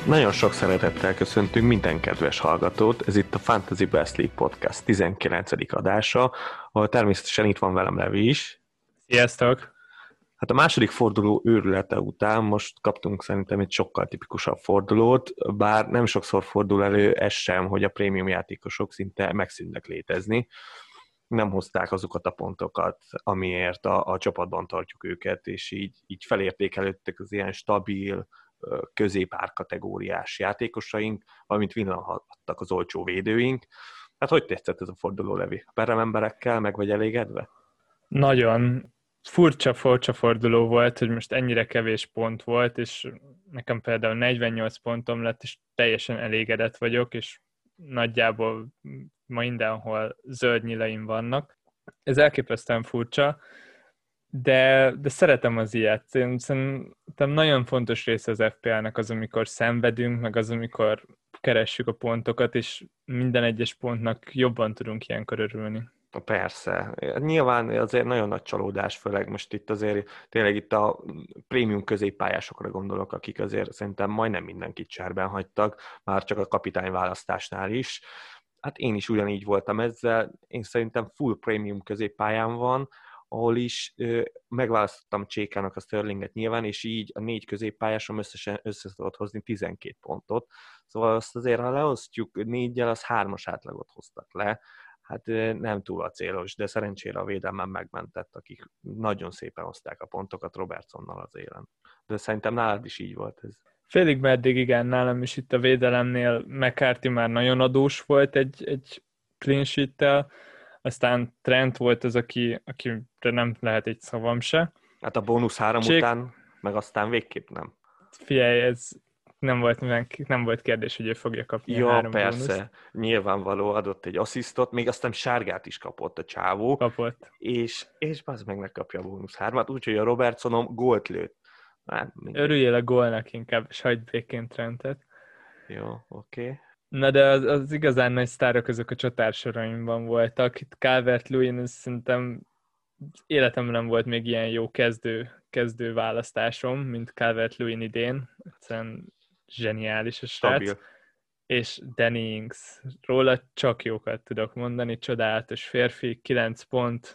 Nagyon sok szeretettel köszöntünk minden kedves hallgatót, ez itt a Fantasy Best League Podcast 19. adása, ahol természetesen itt van velem Levi is. Sziasztok! Hát a második forduló őrülete után most kaptunk szerintem egy sokkal tipikusabb fordulót, bár nem sokszor fordul elő ez sem, hogy a prémium játékosok szinte megszűnnek létezni. Nem hozták azokat a pontokat, amiért a csapatban tartjuk őket, és így felértékelődtek az ilyen stabil, középár kategóriás játékosaink, valamint villanhattak az olcsó védőink. Hát hogy tetszett ez a forduló, Levi? Perem emberekkel meg vagy elégedve? Nagyon furcsa forduló volt, hogy most ennyire kevés pont volt, és nekem például 48 pontom lett, és teljesen elégedett vagyok, és nagyjából ma mindenhol zöld nyilaim vannak. Ez elképesztően furcsa, de szeretem az ilyet. Szerintem nagyon fontos része az FPL-nek az, amikor szenvedünk, meg az, amikor keressük a pontokat, és minden egyes pontnak jobban tudunk ilyenkor örülni. Persze. Nyilván azért nagyon nagy csalódás, főleg most itt azért tényleg itt a prémium középpályásokra gondolok, akik azért szerintem majdnem mindenkit cserben hagytak, már csak a kapitányválasztásnál is. Hát én is ugyanígy voltam ezzel, én szerintem full prémium középpályán van, ahol is megválasztottam Csékának a Sterlinget nyilván, és így a 4 középpályásom összesen össze tudott hozni 12 pontot. Szóval azt azért, ha leosztjuk 4-jel, az 3-as átlagot hoztak le. Hát nem túl a célos, de szerencsére a védelmen megmentett, akik nagyon szépen hozták a pontokat Robertsonnal az élen. De szerintem nálad is így volt ez. Félig meddig igen, nálam is itt a védelemnél McCarthy már nagyon adós volt egy clean sheet-tel, aztán Trent volt az, akire nem lehet egy szavam se. Hát a bónusz 3 után, meg aztán végképp nem. Figyelj, ez nem volt kérdés, hogy ő fogja kapni a 3 persze, bónuszt. nyilvánvaló, adott egy asszisztot, még aztán sárgát is kapott a csávó. Kapott. És bazd meg megkapja a bónusz 3-at, úgyhogy a Robertsonom gólt lőtt. Hát, örüljél a gólnak inkább, és hagyd békén Trentet. Jó, oké. Na de az igazán nagy sztárok azok a csatársoraimban voltak. Itt Calvert-Lewin, szerintem életemben nem volt még ilyen jó kezdő választásom, mint Calvert-Lewin idén. Egyszerűen zseniális a srác. Stabil. És Danny Ings. Róla csak jókat tudok mondani. Csodálatos férfi, 9 pont.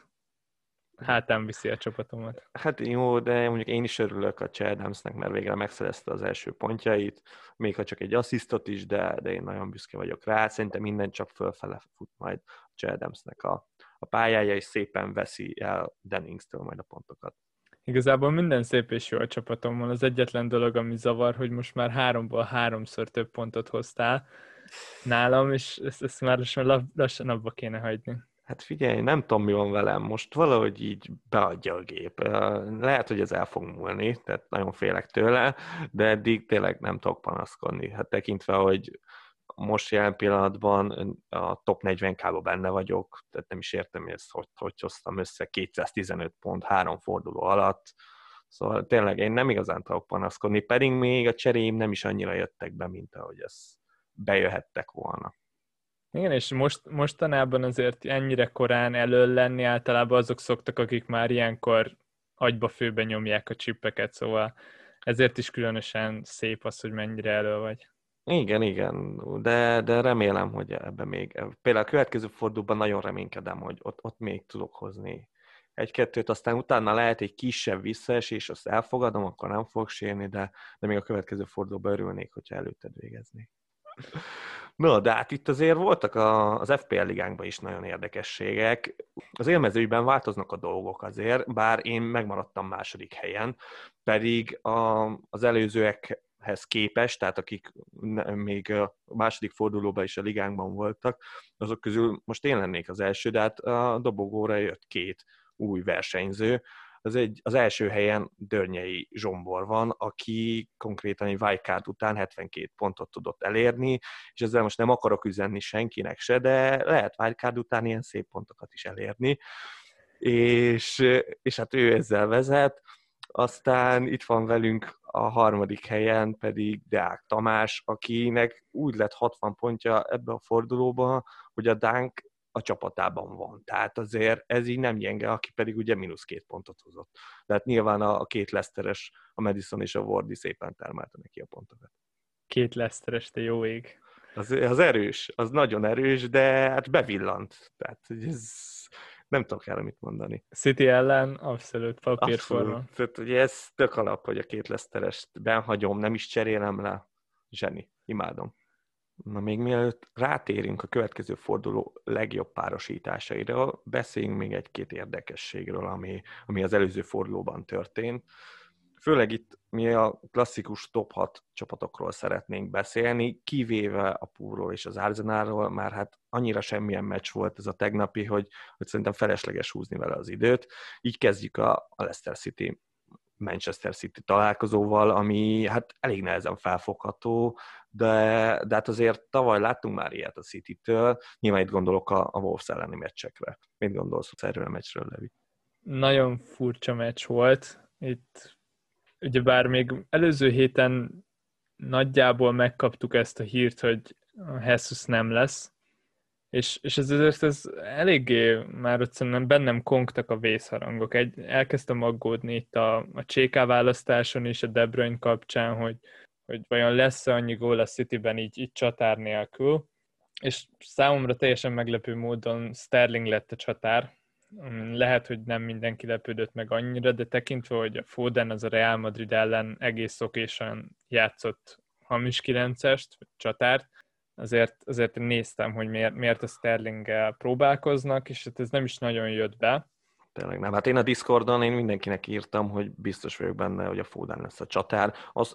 Hátán viszi a csapatomat. Hát jó, de mondjuk én is örülök a Che Adamsnek, mert végre megszerezte az első pontjait, még ha csak egy asszisztot is, de én nagyon büszke vagyok rá. Szerintem minden csak fölfele fut majd a Che Adamsnek a pályája, és szépen veszi el Denningstől majd a pontokat. Igazából minden szép és jó a csapatommal. Az egyetlen dolog, ami zavar, hogy most már 3-ból 3-szor több pontot hoztál nálam, és ezt már lassan abba kéne hagyni. Hát figyelj, nem tudom, mi van velem. Most valahogy így beadja a gép. Lehet, hogy ez el fog múlni, tehát nagyon félek tőle, de eddig tényleg nem tudok panaszkodni. Hát tekintve, hogy most jelen pillanatban a top 40K-ba benne vagyok, tehát nem is értem, hogy ezt hogy hoztam össze 215 pont 3 forduló alatt. Szóval tényleg én nem igazán tudok panaszkodni, pedig még a cseréim nem is annyira jöttek be, mint ahogy ez bejöhettek volna. Igen, és mostanában azért ennyire korán elől lenni általában azok szoktak, akik már ilyenkor agyba főbe nyomják a csippeket, szóval ezért is különösen szép az, hogy mennyire elő vagy. Igen, de remélem, hogy ebben még, például a következő fordulóban nagyon reménykedem, hogy ott még tudok hozni egy-kettőt, aztán utána lehet egy kisebb visszaesés, azt elfogadom, akkor nem fog sérni, de még a következő fordulóban örülnék, hogyha előtted végeznék. No, de hát itt azért voltak az FPL ligánkban is nagyon érdekességek. Az élmezőjében változnak a dolgok azért, bár én megmaradtam második helyen, pedig az előzőekhez képest, tehát akik még a második fordulóban is a ligánkban voltak, azok közül most én lennék az első, de hát a dobogóra jött 2 új versenyző. Az első helyen Dörnyei Zsombor van, aki konkrétan egy wildcard után 72 pontot tudott elérni, és ezzel most nem akarok üzenni senkinek se, de lehet wildcard után ilyen szép pontokat is elérni, és hát ő ezzel vezet. Aztán itt van velünk a harmadik helyen pedig Deák Tamás, akinek úgy lett 60 pontja ebbe a fordulóba, hogy a Dánk a csapatában van. Tehát azért ez így nem gyenge, aki pedig ugye -2 pontot hozott. De hát nyilván a 2 Leicesteres, a Madison és a Wardy szépen termelte neki a pontokat. Két Leicesteres, de jó ég. Az erős, az nagyon erős, de hát bevillant. Tehát, hogy ez nem tudok erre mit mondani. City ellen abszolút Abszolút. papírforma. Tehát ugye ez tök alap, hogy a két Leicesterest benhagyom, nem is cserélem le. Zseni. Imádom. Na még mielőtt rátérünk a következő forduló legjobb párosításaira, beszéljünk még egy-két érdekességről, ami az előző fordulóban történt. Főleg itt mi a klasszikus top 6 csapatokról szeretnénk beszélni, kivéve a Poolról és az Arsenalról, már hát annyira semmilyen meccs volt ez a tegnapi, hogy szerintem felesleges húzni vele az időt. Így kezdjük a Leicester City Manchester City találkozóval, ami hát elég nehezen felfogható, de hát azért tavaly láttunk már ilyet a City-től, nyilván itt gondolok a Wolves elleni meccsekre. Mit gondolsz erről a meccsről, Levi? Nagyon furcsa meccs volt. Itt ugyebár még előző héten nagyjából megkaptuk ezt a hírt, hogy a Jesus nem lesz, és ez eléggé már ott szerintem bennem kongtak a vészharangok. Elkezdtem aggódni itt a CK választáson és a De Bruyne kapcsán, hogy vajon lesz-e annyi gól a Cityben így csatár nélkül, és számomra teljesen meglepő módon Sterling lett a csatár. Lehet, hogy nem mindenki lepődött meg annyira, de tekintve, hogy a Foden az a Real Madrid ellen egész okésan játszott hamis 9-est, vagy csatárt, azért néztem, hogy miért a Sterlinggel próbálkoznak, és ez nem is nagyon jött be. Tényleg nem. Hát én a Discordon mindenkinek írtam, hogy biztos vagyok benne, hogy a Foden lesz a csatár.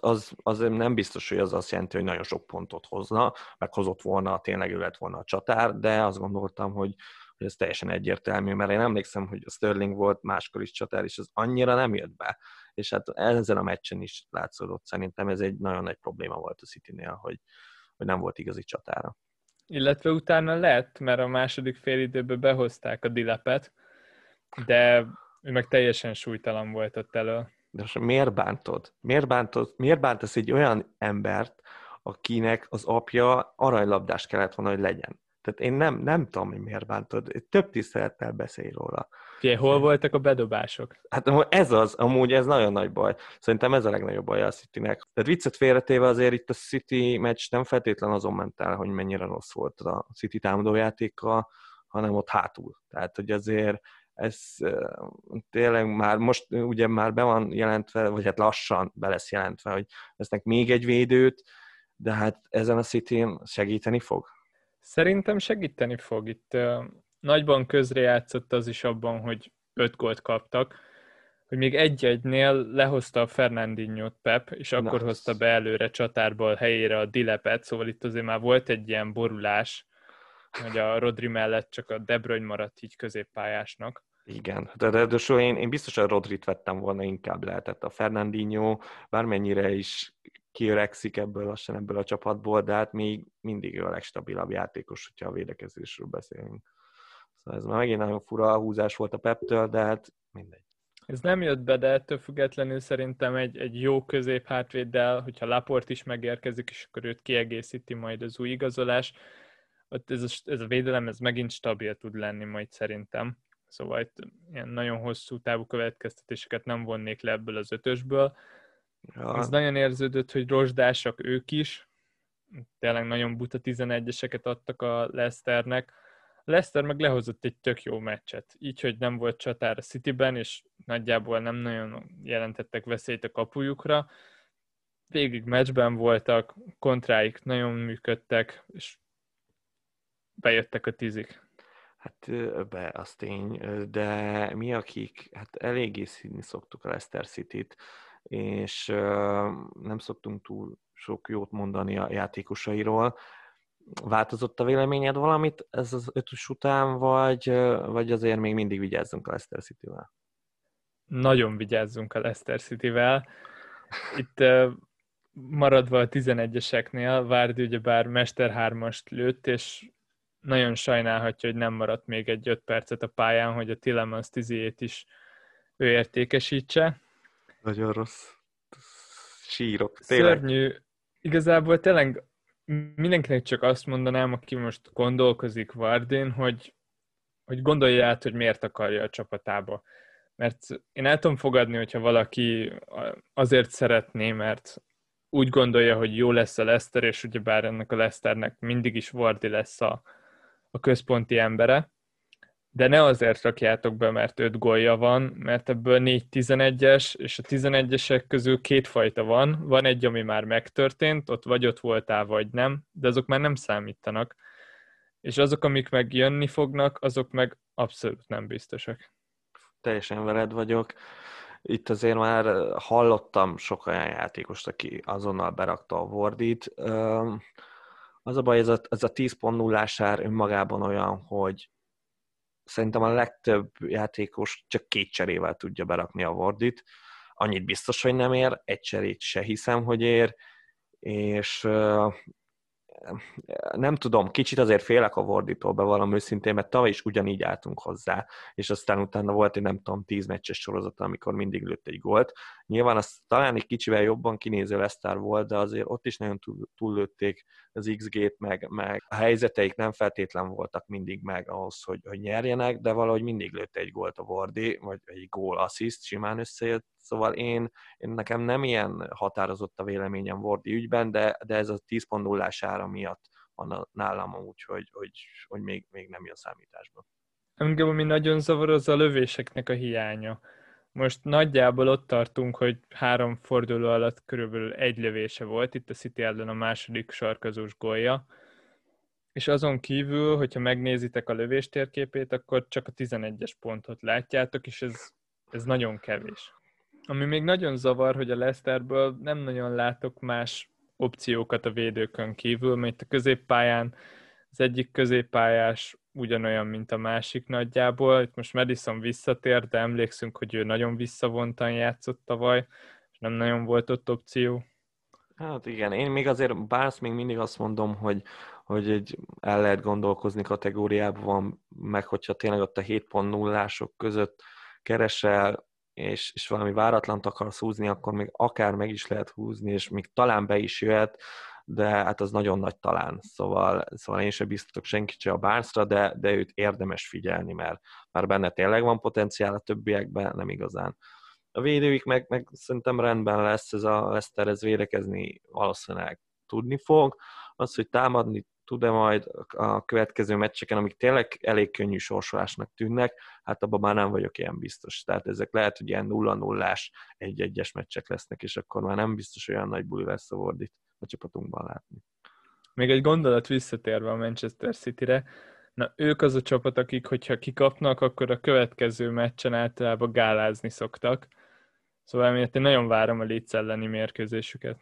Az nem biztos, hogy az azt jelenti, hogy nagyon sok pontot hozna, meg hozott volna, tényleg ő lett volna a csatár, de azt gondoltam, hogy ez teljesen egyértelmű, mert én emlékszem, hogy a Sterling volt máskor is csatár, és az annyira nem jött be. És hát ezen a meccsen is látszódott. Szerintem ez egy nagyon nagy probléma volt a Citynél, hogy nem volt igazi csatára. Illetve utána lett, mert a második félidőben behozták a Dilepet, de ő meg teljesen súlytalan volt ott elő. De most miért bántod? Miért bántasz egy olyan embert, akinek az apja aranylabdás kellett volna, hogy legyen? Tehát én nem tudom, hogy miért bántod. Több tisztelettel beszélj róla. Figyelj, hol voltak a bedobások? Hát amúgy ez nagyon nagy baj. Szerintem ez a legnagyobb baj a Citynek. Tehát viccet félretéve azért itt a City meccs nem feltétlen azon ment el, hogy mennyire rossz volt a City támadójátéka, hanem ott hátul. Tehát, hogy azért ez tényleg már most ugye már be van jelentve, vagy hát lassan be lesz jelentve, hogy lesznek még egy védőt, de hát ezen a Cityn segíteni fog? Szerintem segíteni fog. Itt nagyban közrejátszott az is abban, hogy 5 gólt kaptak, hogy még egy-egynél lehozta a Fernandinho-t Pep, és akkor hozta be előre csatárból helyére a Dilepet, szóval itt azért már volt egy ilyen borulás, hogy a Rodri mellett csak a De Bruyne maradt így középpályásnak. Igen, de én biztos a Rodrit vettem volna, inkább lehetett a Fernandinho, bármennyire is kiöregszik ebből a csapatból, de hát még mindig ő a legstabilabb játékos, hogyha a védekezésről beszélünk. Szóval ez már megint nagyon fura húzás volt a Peptől, de hát mindegy. Ez nem jött be, de ettől függetlenül szerintem egy jó középhátvéddel, hogyha Laporte is megérkezik, és akkor őt kiegészíti majd az új igazolás, ott ez a védelem ez megint stabil tud lenni majd szerintem. Szóval itt ilyen nagyon hosszú távú következtetéseket nem vonnék le ebből az ötösből. Ja. Ez nagyon érződött, hogy rozsdások ők is. Tényleg nagyon buta 11-eseket adtak a Leicesternek. A Leicester meg lehozott egy tök jó meccset. Így, hogy nem volt csatár a Cityben, és nagyjából nem nagyon jelentettek veszélyt a kapujukra. Végig meccsben voltak, kontráik nagyon működtek, és bejöttek a 10-ig. Hát az tény, de mi akik hát eléggé színi szoktuk a Leicester Cityt, és nem szoktunk túl sok jót mondani a játékosairól. Változott a véleményed valamit ez az ötös után, vagy azért még mindig vigyázzunk a Leicester Cityvel? Nagyon vigyázzunk a Leicester Cityvel. Itt maradva a 11-eseknél, Vardy ugyebár Mester 3-ast lőtt, és nagyon sajnálhatja, hogy nem maradt még egy 5 percet a pályán, hogy a Tielemans 10-ét is ő értékesítse. Nagyon rossz. Sírok. Tényleg. Szörnyű. Igazából tényleg mindenkinek csak azt mondanám, aki most gondolkozik Vardyn, hogy gondolja át, hogy miért akarja a csapatába. Mert én el tudom fogadni, hogyha valaki azért szeretné, mert úgy gondolja, hogy jó lesz a Leicester, és ugyebár ennek a Leicesternek mindig is Vardy lesz a központi embere, de ne azért rakjátok be, mert 5 gólja van, mert ebből 4 11-es, és a 11-esek közül kétfajta van. Van egy, ami már megtörtént, ott voltál, vagy nem, de azok már nem számítanak. És azok, amik meg jönni fognak, azok meg abszolút nem biztosak. Teljesen veled vagyok. Itt azért már hallottam sok olyan játékost, aki azonnal berakta a Wardit. Az a baj, ez a 10.0-ás ár önmagában olyan, hogy szerintem a legtöbb játékos csak 2 cserével tudja berakni a Wardit. Annyit biztos, hogy nem ér, egy cserét se hiszem, hogy ér, és nem tudom, kicsit azért félek a Warditól, bevallom őszintén, mert tavaly is ugyanígy álltunk hozzá, és aztán utána volt egy nem tudom 10 meccses sorozata, amikor mindig lőtt egy gólt. Nyilván az talán egy kicsivel jobban kinéző Leicester volt, de azért ott is nagyon túllőtték az XG-t, meg a helyzeteik nem feltétlen voltak mindig meg ahhoz, hogy nyerjenek, de valahogy mindig lőtt egy gólt a Wardy, vagy egy gól-assziszt, simán összejött. Szóval én nekem nem ilyen határozott a véleményem Wardy ügyben, de ez a 10.0-ás ára miatt van nálam úgy, hogy még nem jön számításba. Engem, ami nagyon zavar, az a lövéseknek a hiánya. Most nagyjából ott tartunk, hogy 3 forduló alatt körülbelül 1 lövése volt, itt a City ellen a második sarkazós gólja, és azon kívül, hogyha megnézitek a lövés térképét, akkor csak a 11-es pontot látjátok, és ez nagyon kevés. Ami még nagyon zavar, hogy a Leicesterből nem nagyon látok más opciókat a védőkön kívül, mert a középpályán az egyik középpályás ugyanolyan, mint a másik nagyjából. Itt most Maddison visszatér, de emlékszünk, hogy ő nagyon visszavontan játszott tavaly, és nem nagyon volt ott opció. Hát igen, én még azért Barnes még mindig azt mondom, hogy el lehet gondolkozni kategóriában van, meg hogyha tényleg ott a 7.0-ások között keresel, és valami váratlant akarsz húzni, akkor még akár meg is lehet húzni, és még talán be is jöhet, de hát az nagyon nagy talán. Szóval én sem biztatok senkit se a Barnesra, de őt érdemes figyelni, mert már benne tényleg van potenciál, a többiekben nem igazán. A védőik meg szerintem rendben lesz, ez a Leicester, ez védekezni valószínűleg tudni fog. Az, hogy támadni tud-e majd a következő meccseken, amik tényleg elég könnyű sorsolásnak tűnnek, hát abban már nem vagyok ilyen biztos. Tehát ezek lehet, hogy ilyen 0-0-ás, 1-1-es meccsek lesznek, és akkor már nem biztos olyan nagy buli lesz a Wardit a csapatunkban látni. Még egy gondolat visszatérve a Manchester Cityre, na ők az a csapat, akik, hogyha kikapnak, akkor a következő meccsen általában gálázni szoktak. Szóval emiatt én nagyon várom a Leeds elleni mérkőzésüket.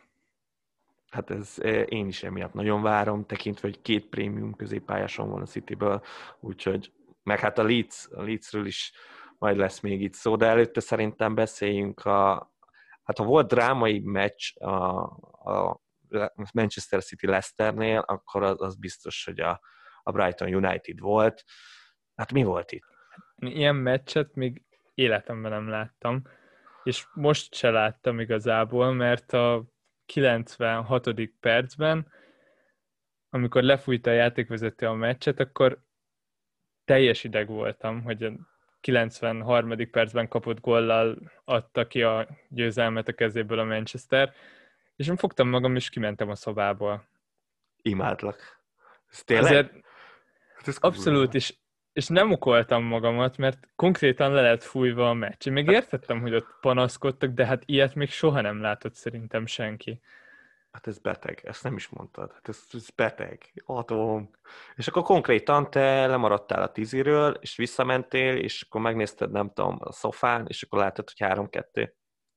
Hát én is emiatt nagyon várom, tekintve, hogy 2 prémium középpályáson van a Cityből, úgyhogy, meg hát a Leedsről is majd lesz még itt szó, de előtte szerintem beszéljünk hát ha volt drámai meccs a Manchester City Leicesternél, akkor az biztos, hogy a Brighton United volt. Hát mi volt itt? Ilyen meccset még életemben nem láttam, és most se láttam igazából, mert a 96. percben, amikor lefújta a játékvezető a meccset, akkor teljes ideg voltam, hogy a 93. percben kapott góllal adta ki a győzelmet a kezéből a Manchester, és én fogtam magam, és kimentem a szobából. Imádlak. Ez tényleg? Azért Ez abszolút, és nem okoltam magamat, mert konkrétan le lett fújva a meccs. Én még értettem, hogy ott panaszkodtak, de hát ilyet még soha nem látott szerintem senki. Hát ez beteg, ezt nem is mondtad. Hát ez beteg. Atom. És akkor konkrétan te lemaradtál a tíziről, és visszamentél, és akkor megnézted, nem tudom, a szofán, és akkor láttad, hogy 3-2.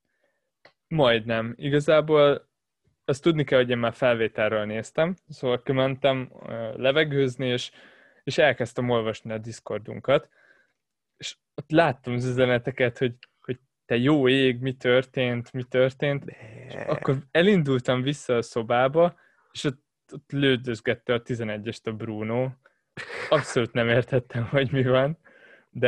Majdnem. Igazából azt tudni kell, hogy én már felvételről néztem, szóval kimentem levegőzni, és elkezdtem olvasni a Discordunkat, és ott láttam az üzeneteket, hogy te jó ég, mi történt, és akkor elindultam vissza a szobába, és ott lődözgette a 11-est a Bruno. Abszolút nem értettem, hogy mi van, de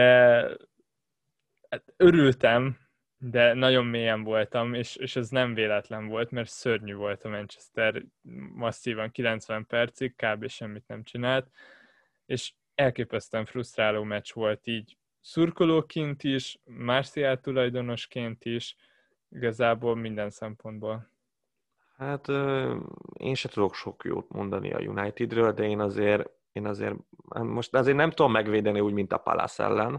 hát örültem, de nagyon mélyen voltam, és ez nem véletlen volt, mert szörnyű volt a Manchester, masszívan 90 percig, kb. Semmit nem csinált, és elképesztően frusztráló meccs volt így szurkolóként is, Martial tulajdonosként is, igazából minden szempontból. Hát én se tudok sok jót mondani a Unitedről, de én azért most azért nem tudom megvédeni úgy, mint a Palace ellen,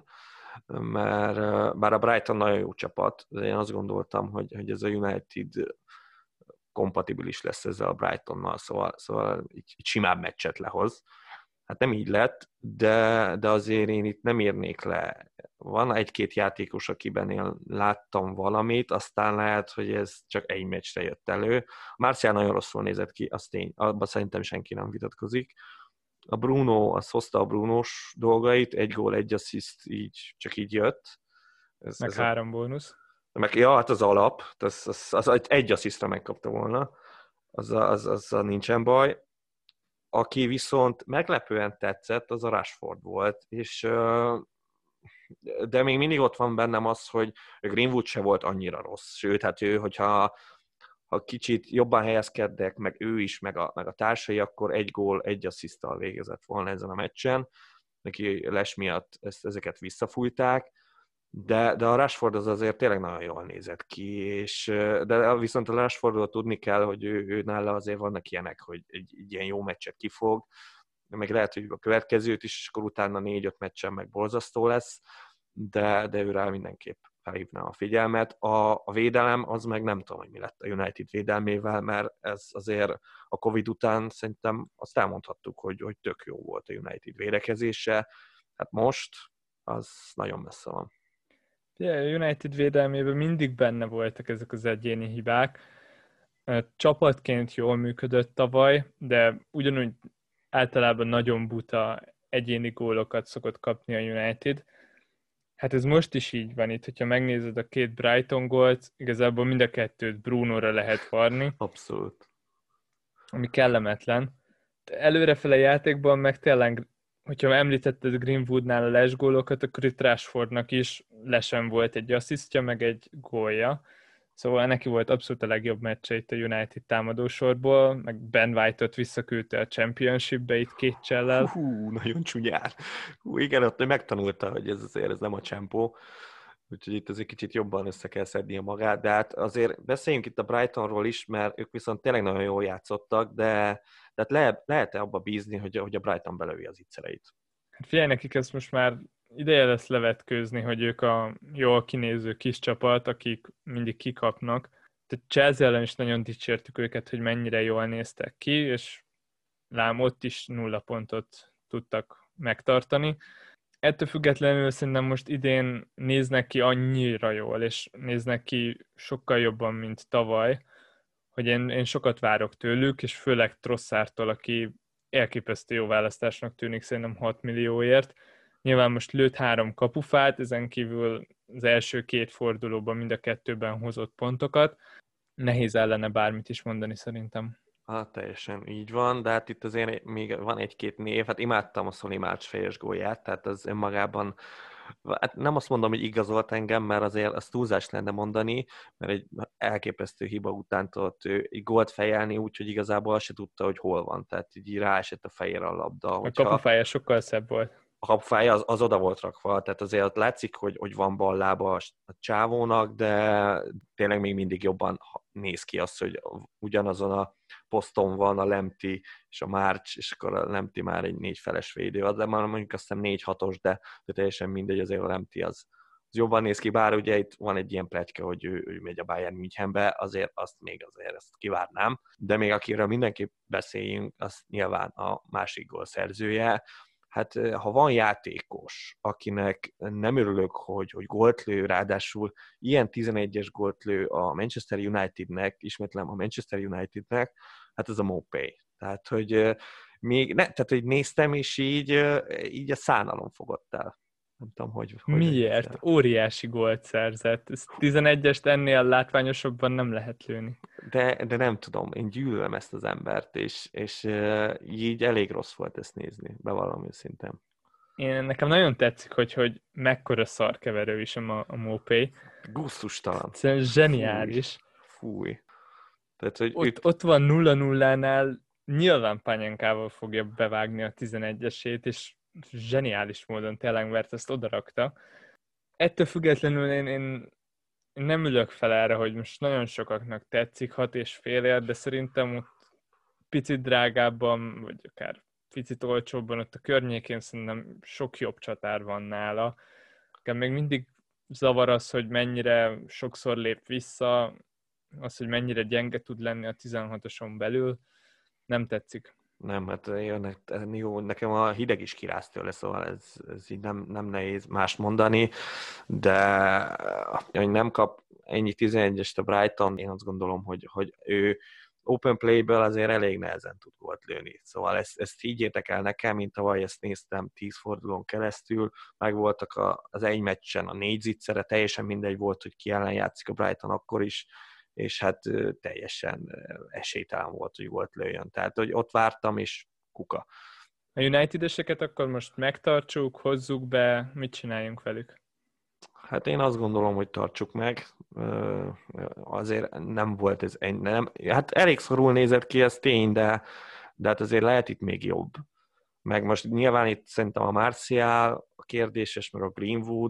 mert bár a Brighton nagyon jó csapat, de én azt gondoltam, hogy ez a United kompatibilis lesz ezzel a Brightonnal, szóval így simább meccset lehoz. Hát nem így lett, de azért én itt nem érnék le. Van egy-két játékos, akiben én láttam valamit, aztán lehet, hogy ez csak egy meccsre jött elő. Martial nagyon rosszul nézett ki, az tény, abban szerintem senki nem vitatkozik. A Bruno, az hozta a Brunós dolgait, egy gól, egy assziszt, így, csak így jött. Meg 3 bónusz. Ja, hát az alap, az egy asszisztra megkapta volna, azzal nincsen baj. Aki viszont meglepően tetszett, az a Rashford volt, és de még mindig ott van bennem az, hogy Greenwood se volt annyira rossz, sőt, hát ő, ha kicsit jobban helyezkednek, meg ő is, meg a társai, akkor egy gól, egy assziszttal végezett volna ezen a meccsen. Neki les miatt ezeket visszafújták, de a Rashford az azért tényleg nagyon jól nézett ki, de viszont a Rashfordról tudni kell, hogy ő nála azért vannak ilyenek, hogy egy ilyen jó meccset kifog, meg lehet, hogy a következőt is, és akkor utána 4-5 meccsen meg borzasztó lesz, de ő rá mindenképp felhívná a figyelmet. A védelem, az meg nem tudom, hogy mi lett a United védelmével, mert ez azért a Covid után szerintem azt elmondhattuk, hogy tök jó volt a United védekezése. Hát most az nagyon messze van. A United védelmében mindig benne voltak ezek az egyéni hibák. Csapatként jól működött tavaly, de ugyanúgy általában nagyon buta egyéni gólokat szokott kapni a United. Hát ez most is így van itt, hogyha megnézed a 2 Brighton gólt, igazából mind a kettőt Brunóra lehet varni. Abszolút. Ami kellemetlen. Előrefele játékban meg tényleg, hogyha említetted Greenwoodnál a lesgólokat, akkor itt Rashfordnak is lesen volt egy asszisztja, meg egy gólja. Szóval neki volt abszolút a legjobb meccse itt a United támadósorból, meg Ben White-ot visszaküldte a Championship-be itt 2 csellel. Nagyon csúnyán. Igen, ott megtanulta, hogy ez nem a csempó, úgyhogy itt azért kicsit jobban össze kell szednie magát, de hát azért beszéljünk itt a Brightonról is, mert ők viszont tényleg nagyon jól játszottak, de hát lehet-e abba bízni, hogy a Brighton belövi az ígyszereit? Hát figyelj, nekik ezt most már ideje lesz levetkőzni, hogy ők a jól kinéző kis csapat, akik mindig kikapnak. Tehát Chelsea ellen is nagyon dicsértük őket, hogy mennyire jól néztek ki, és lám ott is 0 pontot tudtak megtartani. Ettől függetlenül szerintem most idén néznek ki annyira jól, és néznek ki sokkal jobban, mint tavaly, hogy én sokat várok tőlük, és főleg Trossardtól, aki elképesztő jó választásnak tűnik szerintem 6 millióért. Nyilván most lőtt 3 kapufát, ezen kívül az első 2 fordulóban mind a 2-ben hozott pontokat. Nehéz ellene bármit is mondani szerintem. Hát teljesen így van, de hát itt azért még van egy-két név, hát imádtam a Sonny March fejes gólját, tehát az önmagában, hát nem azt mondom, hogy igazolt engem, mert azért az túlzás lenne mondani, mert egy elképesztő hiba után tudott ő egy gólt fejelni, úgyhogy igazából azt se tudta, hogy hol van, tehát így ráesett a fejére a labda. A kapufája sokkal szebb volt. A kapufája az oda volt rakva, tehát azért látszik, hogy van ballába a csávónak, de tényleg még mindig jobban néz ki az, hogy ugyanazon a poszton van a Lemti és a March, és akkor a Lemti már egy 4 feles védő, az, de már mondjuk azt hiszem 4-6-os, de teljesen mindegy, azért a Lemti az jobban néz ki, bár ugye itt van egy ilyen pletyka, hogy ő megy a Bayern Münchenbe, azért azért ezt kivárnám, de még akiről mindenképp beszéljünk, az nyilván a másik gólszerzője. Hát ha van játékos, akinek nem örülök, hogy gólt lő, ráadásul ilyen 11-es gólt lő a Manchester Unitednek, ismétlem a Manchester Unitednek, hát ez a Maupay. Tehát, hogy tehát, hogy néztem, és így a szánalom fogott el. Nem tudom, hogy miért? Óriási gólt szerzett. 11-est ennél látványosabban nem lehet lőni. De nem tudom, én gyűlölöm ezt az embert, és így elég rossz volt ezt nézni, bevallom őszintén. Nekem nagyon tetszik, hogy mekkora szarkeverő is a Maupay. Gusztustalan. Egyszerűen zseniális. Fúj. Tehát, hogy ott van 0-0-nál, nyilván Panyenkával fogja bevágni a 11-esét, és zseniális módon tényleg, mert ezt odarakta. Ettől függetlenül én nem ülök fel erre, hogy most nagyon sokaknak tetszik 6,5 de szerintem ott picit drágábban, vagy akár picit olcsóbban, ott a környékén szerintem sok jobb csatár van nála. Nekem még mindig zavar az, hogy mennyire sokszor lép vissza, az, hogy mennyire gyenge tud lenni a 16-oson belül, nem tetszik. Nem, hát jó, nekem a hideg is kiráz tőle, szóval ez így nem nehéz mást mondani, de hogy nem kap ennyi 11-est a Brighton, én azt gondolom, hogy ő open play-ből azért elég nehezen tud gólt lőni. Szóval ezt higgyétek el nekem, mint tavaly ezt néztem 10 fordulón keresztül, meg voltak az egy meccsen a 4 zicsere, teljesen mindegy volt, hogy ki ellen játszik a Brighton akkor is, és hát teljesen esélytelen volt, hogy gólt lőjön. Tehát, hogy ott vártam, és kuka. A United-eseket akkor most megtartsuk, hozzuk be, mit csináljunk velük? Hát én azt gondolom, hogy tartsuk meg. Azért nem volt ez nem. Hát elég szorul nézett ki, ez tény, de hát azért lehet itt még jobb. Meg most nyilván itt szerintem a Martial, a kérdéses, meg a Greenwood,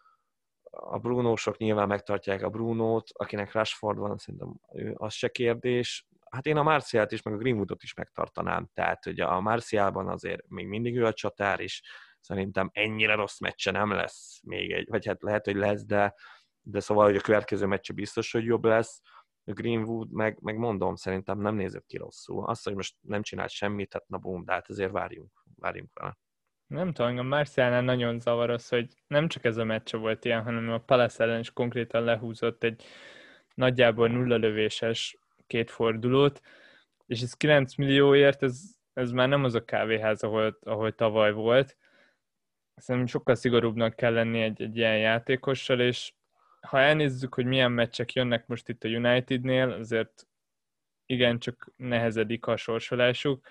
a Brunósok nyilván megtartják a Brunót, akinek Rashford van, szerintem az se kérdés. Hát én a Martialt is, meg a Greenwoodot is megtartanám. Tehát, hogy a Martialban azért még mindig ő a csatár, és szerintem ennyire rossz meccse nem lesz még egy, vagy hát lehet, hogy lesz, de szóval, hogy a következő meccse biztos, hogy jobb lesz. A Greenwood, meg mondom, szerintem nem nézett ki rosszul. Azt, hogy most nem csinált semmit, hát na bum, de hát azért várjunk vele. Nem tudom, a Martialnál nagyon zavar az, hogy nem csak ez a meccse volt ilyen, hanem a Palace ellen is konkrétan lehúzott egy nagyjából nulla lövéses két fordulót, és ez 9 millióért, ez már nem az a kávéház, ahol tavaly volt. Szerintem sokkal szigorúbbnak kell lenni egy ilyen játékossal, és ha elnézzük, hogy milyen meccsek jönnek most itt a Unitednél, azért igencsak nehezedik a sorsolásuk.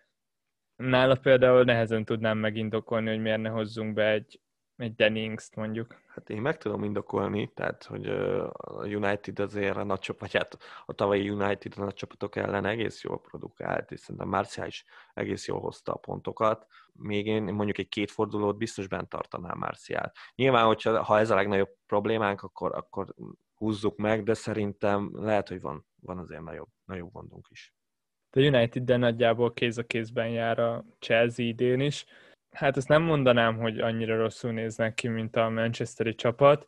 Nála például nehezen tudnám megindokolni, hogy miért ne hozzunk be egy Danny Ings-t mondjuk. Hát én meg tudom indokolni, tehát, hogy a United azért a nagy csapat, vagy hát a tavalyi United a nagy csapatok ellen egész jól produkált, és szerintem Martial is egész jól hozta a pontokat. Még én mondjuk egy két fordulót biztos bent tartanám Martial. Nyilván, ha ez a legnagyobb problémánk, akkor húzzuk meg, de szerintem lehet, hogy van azért nagyobb gondunk is. A United-del nagyjából kéz a kézben jár a Chelsea idén is. Hát ezt nem mondanám, hogy annyira rosszul néznek ki, mint a manchesteri csapat,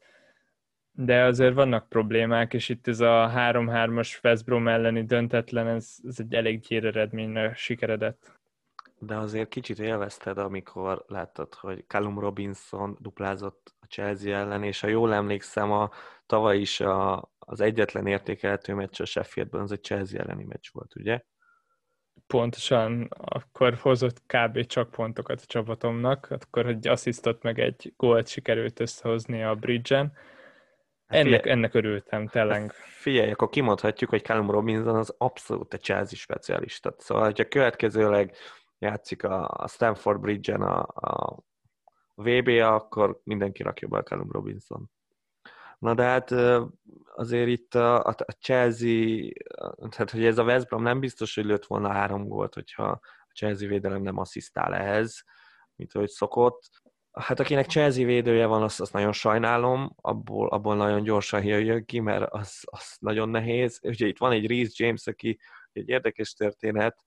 de azért vannak problémák, és itt ez a 3-3-as West Brom elleni döntetlen, ez egy elég gyér eredményre sikeredett. De azért kicsit élvezted, amikor láttad, hogy Callum Robinson duplázott a Chelsea ellen, és ha jól emlékszem, tavaly is az egyetlen értékelhető meccs a Sheffieldben, az egy Chelsea elleni meccs volt, ugye? Pontosan, akkor hozott kb. Csak pontokat a csapatomnak, akkor, hogy asszisztot meg egy gólt sikerült összehozni a Bridge-en. Ennek örültem, tényleg. Figyelj, akkor kimondhatjuk, hogy Callum Robinson az abszolút a Chelsea specialista. Szóval, hogyha következőleg játszik a Stamford Bridge-en a VB-a, akkor mindenki rakja be a Callum Robinson. Na de hát azért itt a Chelsea, tehát hogy ez a West Brom nem biztos, hogy lőtt volna 3 gólt, hogyha a Chelsea védelem nem asszisztál ehhez, mint ahogy szokott. Hát akinek Chelsea védője van, azt nagyon sajnálom, abból nagyon gyorsan jöjjön ki, mert az nagyon nehéz. Ugye itt van egy Reece James, aki egy érdekes történet,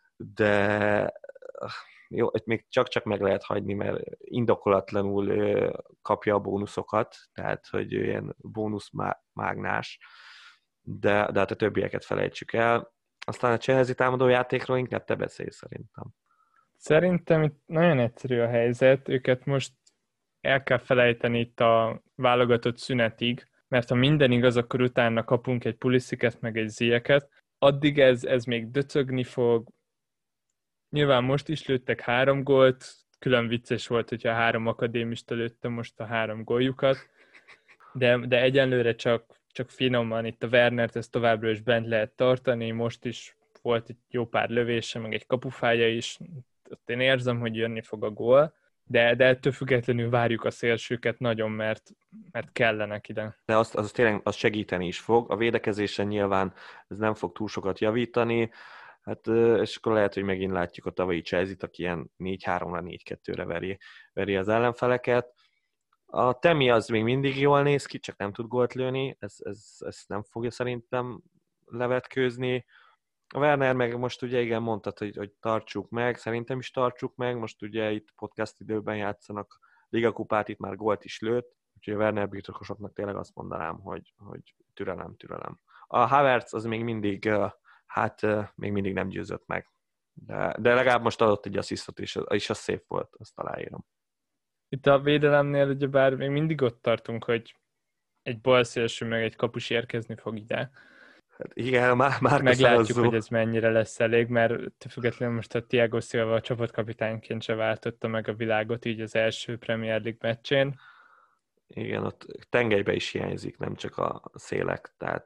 de jó, itt még csak meg lehet hagyni, mert indokolatlanul kapja a bónuszokat, tehát hogy ő ilyen bónuszmágnás, de hát a többieket felejtsük el. Aztán a Chelsea támadó játékról inkább te beszélj szerintem. Szerintem itt nagyon egyszerű a helyzet, őket most el kell felejteni itt a válogatott szünetig, mert ha minden igaz, akkor utána kapunk egy Pulisic-et, meg egy Ziyeket. Addig ez még döcögni fog. Nyilván most is lőttek 3 gólt, külön vicces volt, hogyha 3 akadémista lőtte most a 3 góljukat, de egyenlőre csak finoman itt a Wernert ezt továbbra is bent lehet tartani, most is volt egy jó pár lövése, meg egy kapufája is, ott én érzem, hogy jönni fog a gól, de ettől függetlenül várjuk a szélsőket nagyon, mert kellenek ide. De az tényleg az segíteni is fog. A védekezésen nyilván ez nem fog túl sokat javítani, hát, és akkor lehet, hogy megint látjuk a tavalyi Chelsea-t, aki ilyen 4-3-ra, 4-2-re veri az ellenfeleket. A Temi az még mindig jól néz ki, csak nem tud gólt lőni, ez nem fogja szerintem levetkőzni. A Werner meg most ugye igen mondtad, hogy tartsuk meg, szerintem is tartsuk meg, most ugye itt podcast időben játszanak ligakupát, itt már gólt is lőtt, úgyhogy a Werner birtokosoknak tényleg azt mondanám, hogy türelem. A Havertz az még mindig, még mindig nem győzött meg, de legalább most adott egy asszisztot, és az szép volt, azt aláírom. Itt a védelemnél ugyebár még mindig ott tartunk, hogy egy balszélső meg egy kapus érkezni fog ide. Hát igen, már meglátjuk, hogy ez mennyire lesz elég, mert függetlenül most a Thiago Silva a csapatkapitányként se váltotta meg a világot így az első Premier League meccsén. Igen, ott tengelybe is hiányzik, nem csak a szélek, tehát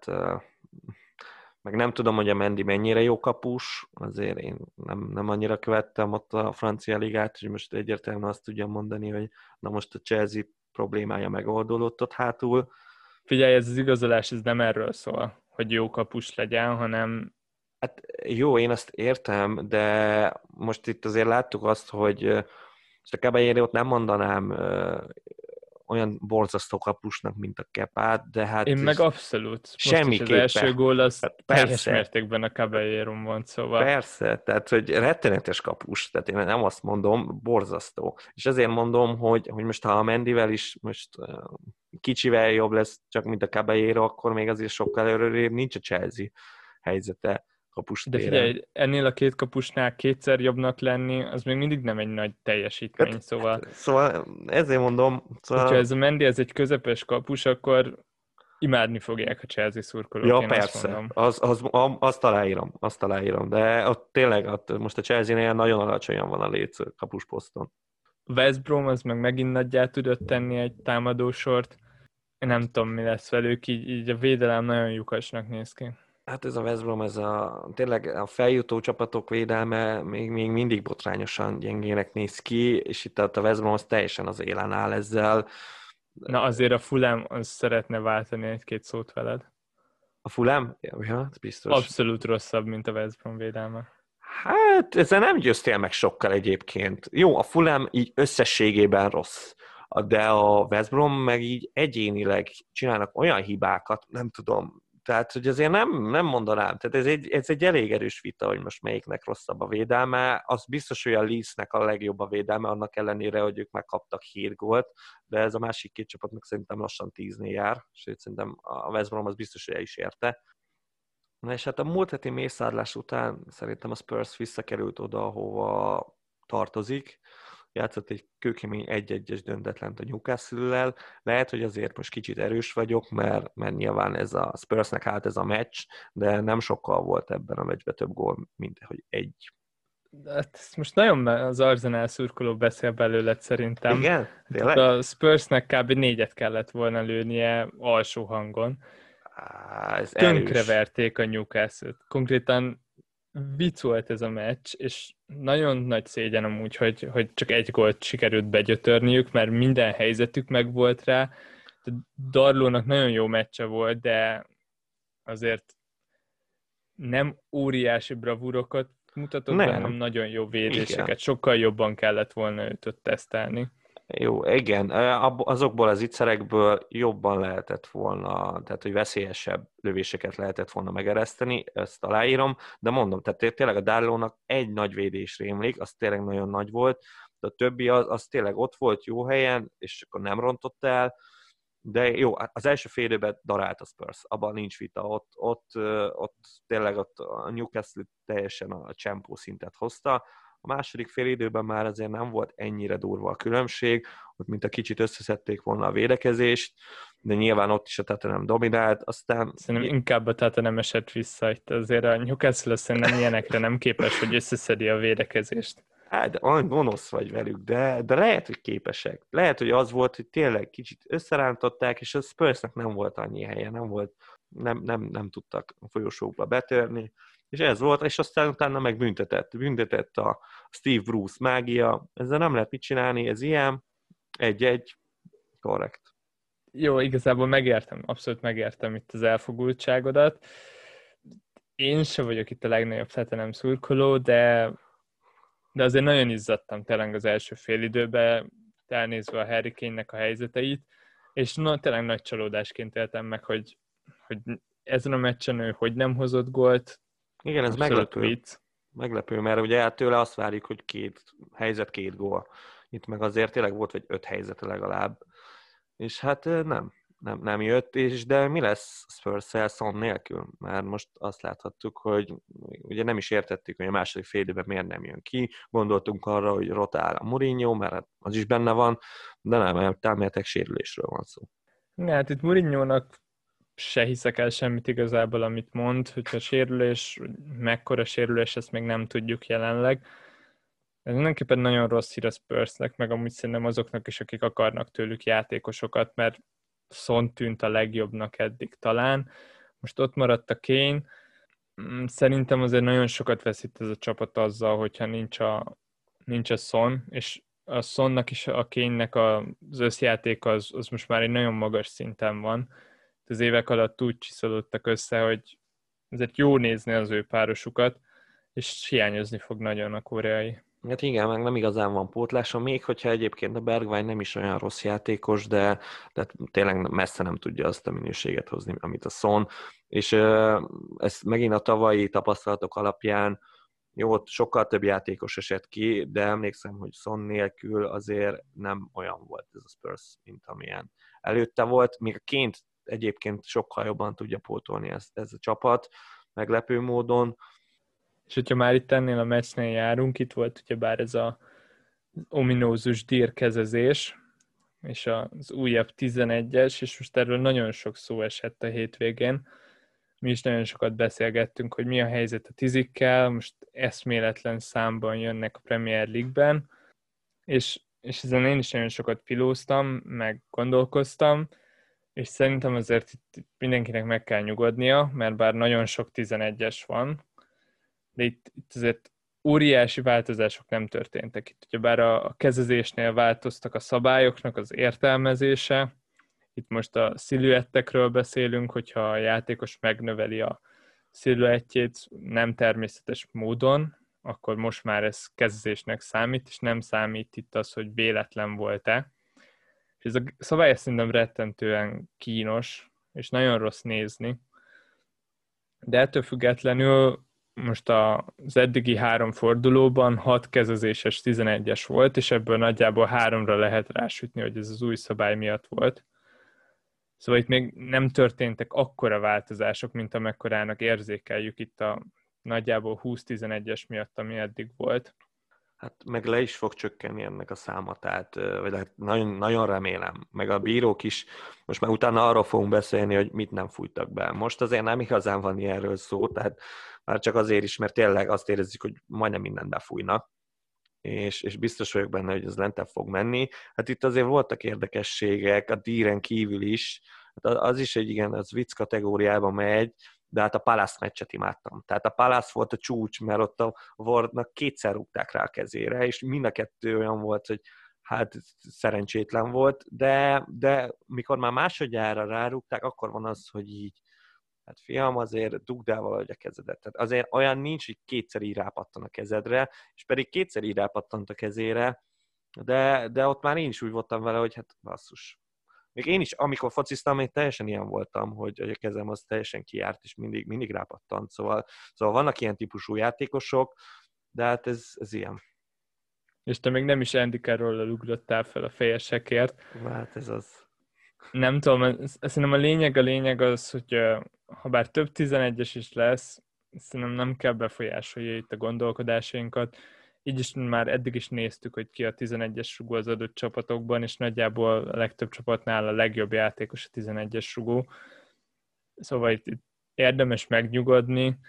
meg nem tudom, hogy a Mendy mennyire jó kapus, azért én nem annyira követtem ott a francia ligát, és most egyértelműen azt tudjam mondani, hogy na most a Chelsea problémája megoldódott ott hátul. Figyelj, ez az igazolás, ez nem erről szól, hogy jó kapus legyen, hanem... Hát jó, én azt értem, de most itt azért láttuk azt, hogy most a Caballero-t nem mondanám olyan borzasztó kapusnak, mint a Kepát, de hát... Én meg abszolút. Semmiképpen. Az első gól az hát teljes mértékben a Caballeron volt, szóval... Persze, tehát hogy rettenetes kapus, tehát én nem azt mondom, borzasztó. És ezért mondom, hogy most ha a Mendyvel is most kicsivel jobb lesz, csak mint a Caballero, akkor még azért sokkal előrébb nincs a Chelsea helyzete kapustéren. De figyelj, ennél a két kapusnál kétszer jobbnak lenni, az még mindig nem egy nagy teljesítmény, hát, szóval... Szóval ezért mondom... Hogyha ez a Mendy, ez egy közepes kapus, akkor imádni fogják a Chelsea szurkolók, ja, én persze, azt mondom. azt aláírom, de ott tényleg most a Chelsea-nél nagyon alacsonyan van a léc kapusposzton. West Brom az meg megint nagyjá tudott tenni egy támadósort. Én nem tudom, mi lesz velük, így a védelem nagyon lyukasnak néz ki. Hát ez a West Brom, tényleg a feljutó csapatok védelme még mindig botrányosan gyengének néz ki, és itt a West Brom az teljesen az élen áll ezzel. Na azért a Fulham az szeretne váltani egy-két szót veled. A Fulham? Ja, ez biztos. Abszolút rosszabb, mint a West Brom védelme. Hát ezzel nem győztél meg sokkal egyébként. Jó, a Fulham így összességében rossz, de a West Brom meg így egyénileg csinálnak olyan hibákat, nem tudom. Tehát, hogy azért nem mondanám. Tehát ez egy elég erős vita, hogy most melyiknek rosszabb a védelme. Az biztos, hogy a Leedsnek a legjobb a védelme, annak ellenére, hogy ők már kaptak 7 gólt, de ez a másik két csapatnak szerintem lassan 10-nél jár, sőt szerintem a West Brom az biztos, hogy el is érte. Na és hát a múlt heti mészárlás után szerintem a Spurs visszakerült oda, ahova tartozik. Játszott egy kőkemény 1-1-es döntetlent a Newcastle-lel. Lehet, hogy azért most kicsit erős vagyok, mert nyilván ez a Spursnek hát ez a meccs, de nem sokkal volt ebben a meccsben több gól, mint hogy egy. Hát most nagyon az Arsenal szurkoló beszél belőled szerintem. Igen? Tényleg? A Spursnek kb. 4-et kellett volna lőnie alsó hangon. Tönkreverték a Newcastle-t. Konkrétan vicc volt ez a meccs, és nagyon nagy szégyen amúgy, hogy csak egy gólt sikerült begyötörniük, mert minden helyzetük meg volt rá. Darlónak nagyon jó meccse volt, de azért nem óriási bravúrokat mutatott, hanem nagyon jó védéseket. Igen. Sokkal jobban kellett volna őt ott tesztelni. Jó, igen, azokból az ígyszerekből jobban lehetett volna, tehát hogy veszélyesebb lövéseket lehetett volna megereszteni, ezt aláírom, de mondom, tehát tényleg a Darlónak egy nagy védés rémlik, az tényleg nagyon nagy volt, de a többi az tényleg ott volt jó helyen, és akkor nem rontott el, de jó, az első fél időben darált a Spurs, abban nincs vita, ott tényleg ott a Newcastle teljesen a csempó szintet hozta. A második fél időben már azért nem volt ennyire durva a különbség, ott mint a kicsit összeszedték volna a védekezést, de nyilván ott is a Tottenham dominált, aztán... Szerintem inkább a Tottenham esett vissza, itt azért a Newcastle szerintem ilyenekre nem képes, hogy összeszedi a védekezést. Hát, de olyan gonosz vagy velük, de lehet, hogy képesek. Lehet, hogy az volt, hogy tényleg kicsit összerántották, és a Spursnak nem volt annyi helye, nem tudtak a folyosókba betörni, és ez volt, és aztán utána meg büntetett a Steve Bruce mágia, ezzel nem lehet mit csinálni, ez ilyen, 1-1, korrekt. Jó, igazából megértem, abszolút megértem itt az elfogultságodat. Én se vagyok itt a legnagyobb Tottenham szurkoló, de azért nagyon izzadtam tényleg az első fél időben. elnézve a Harry Kane-nek a helyzeteit, és tényleg nagy csalódásként éltem meg, hogy ezen a meccsen ő hogy nem hozott gólt. Igen, ez Abszolút meglepő. vicc. Meglepő, mert ugye tőle azt várjuk, hogy két gól. Itt meg azért tényleg volt, vagy 5 helyzete legalább. És hát nem jött, de mi lesz Spurs-szel Son nélkül? Már most azt láthattuk, hogy ugye nem is értettük, hogy a második fél időben miért nem jön ki. Gondoltunk arra, hogy rotál a Mourinho, mert az is benne van, de nem, elméletek sérülésről van szó. Hát itt Mourinho-nak se hiszek el semmit igazából, amit mond, hogyha sérülés, mekkora sérülés, ezt még nem tudjuk jelenleg. Ez mindenképpen nagyon rossz hír a Spursnek, meg amúgy szerintem azoknak is, akik akarnak tőlük játékosokat, mert Son tűnt a legjobbnak eddig talán. Most ott maradt a Kane. Szerintem azért nagyon sokat veszít ez a csapat azzal, hogyha nincs a Son, és a Sonnak is a Kane-nek az összjáték az most már egy nagyon magas szinten van. Az évek alatt úgy csiszolódtak össze, hogy ezért jó nézni az ő párosukat, és hiányozni fog nagyon a koreai. Hát igen, meg nem igazán van pótlása, még hogyha egyébként a Bergwijn nem is olyan rossz játékos, de tényleg messze nem tudja azt a minőséget hozni, amit a Son, és ezt megint a tavalyi tapasztalatok alapján jó, sokkal több játékos esett ki, de emlékszem, hogy Son nélkül azért nem olyan volt ez a Spurs, mint amilyen előtte volt, még a Kane-t egyébként sokkal jobban tudja pótolni ez a csapat, meglepő módon. És hogyha már itt ennél a meccsnél járunk, itt volt ugyebár ez az ominózus dírkezezés, és az újabb 11-es, és most erről nagyon sok szó esett a hétvégén. Mi is nagyon sokat beszélgettünk, hogy mi a helyzet a tizikkel, most eszméletlen számban jönnek a Premier League-ben, és ezen én is nagyon sokat filóztam, meg gondolkoztam, és szerintem azért itt mindenkinek meg kell nyugodnia, mert bár nagyon sok 11-es van, de itt azért óriási változások nem történtek. Itt ugyebár a kezezésnél változtak a szabályoknak az értelmezése, itt most a sziluettekről beszélünk, hogyha a játékos megnöveli a sziluettjét nem természetes módon, akkor most már ez kezezésnek számít, és nem számít itt az, hogy véletlen volt-e. És ez a szabály szerintem rettentően kínos, és nagyon rossz nézni. De ettől függetlenül most az eddigi 3 fordulóban 6 kezezéses 11-es volt, és ebből nagyjából 3-ra lehet rásütni, hogy ez az új szabály miatt volt. Szóval itt még nem történtek akkora változások, mint amekkorának érzékeljük itt a nagyjából 20-11-es miatt, ami eddig volt. Hát meg le is fog csökkenni ennek a száma, tehát vagy nagyon, nagyon remélem, meg a bírók is, most már utána arról fogunk beszélni, hogy mit nem fújtak be. Most azért nem igazán van ilyenről szó, tehát már csak azért is, mert tényleg azt érezzük, hogy majdnem mindent befújnak, és biztos vagyok benne, hogy ez lentebb fog menni. Hát itt azért voltak érdekességek, a díren kívül is, hát az is egy igen, az vicc kategóriába megy, de hát a Palace meccset imádtam. Tehát a Palace volt a csúcs, mert ott a Wardnak 2-szer rúgták rá a kezére, és mind a 2 olyan volt, hogy hát szerencsétlen volt, de mikor már másodjára rárúgták, akkor van az, hogy így, hát fiam, azért dugd el valahogy a kezedet. Tehát azért olyan nincs, hogy 2-szer így rápattan a kezedre, és pedig 2-szer így rápattant a kezére, de ott már én is úgy voltam vele, hogy hát basszus. Még én is, amikor fociztam, én teljesen ilyen voltam, hogy a kezem az teljesen kijárt, és mindig rápattant. Szóval vannak ilyen típusú játékosok, de hát ez ilyen. És te még nem is Andy Carroll-lal ugrottál fel a fejesekért. Hát ez az. Nem tudom, szerintem a lényeg az, hogy ha bár több 11-es is lesz, szerintem nem kell befolyásolja itt a gondolkodásainkat. Így is már eddig is néztük, hogy ki a 11-es rugó az adott csapatokban, és nagyjából a legtöbb csapatnál a legjobb játékos a 11-es rugó. Szóval itt érdemes megnyugodni.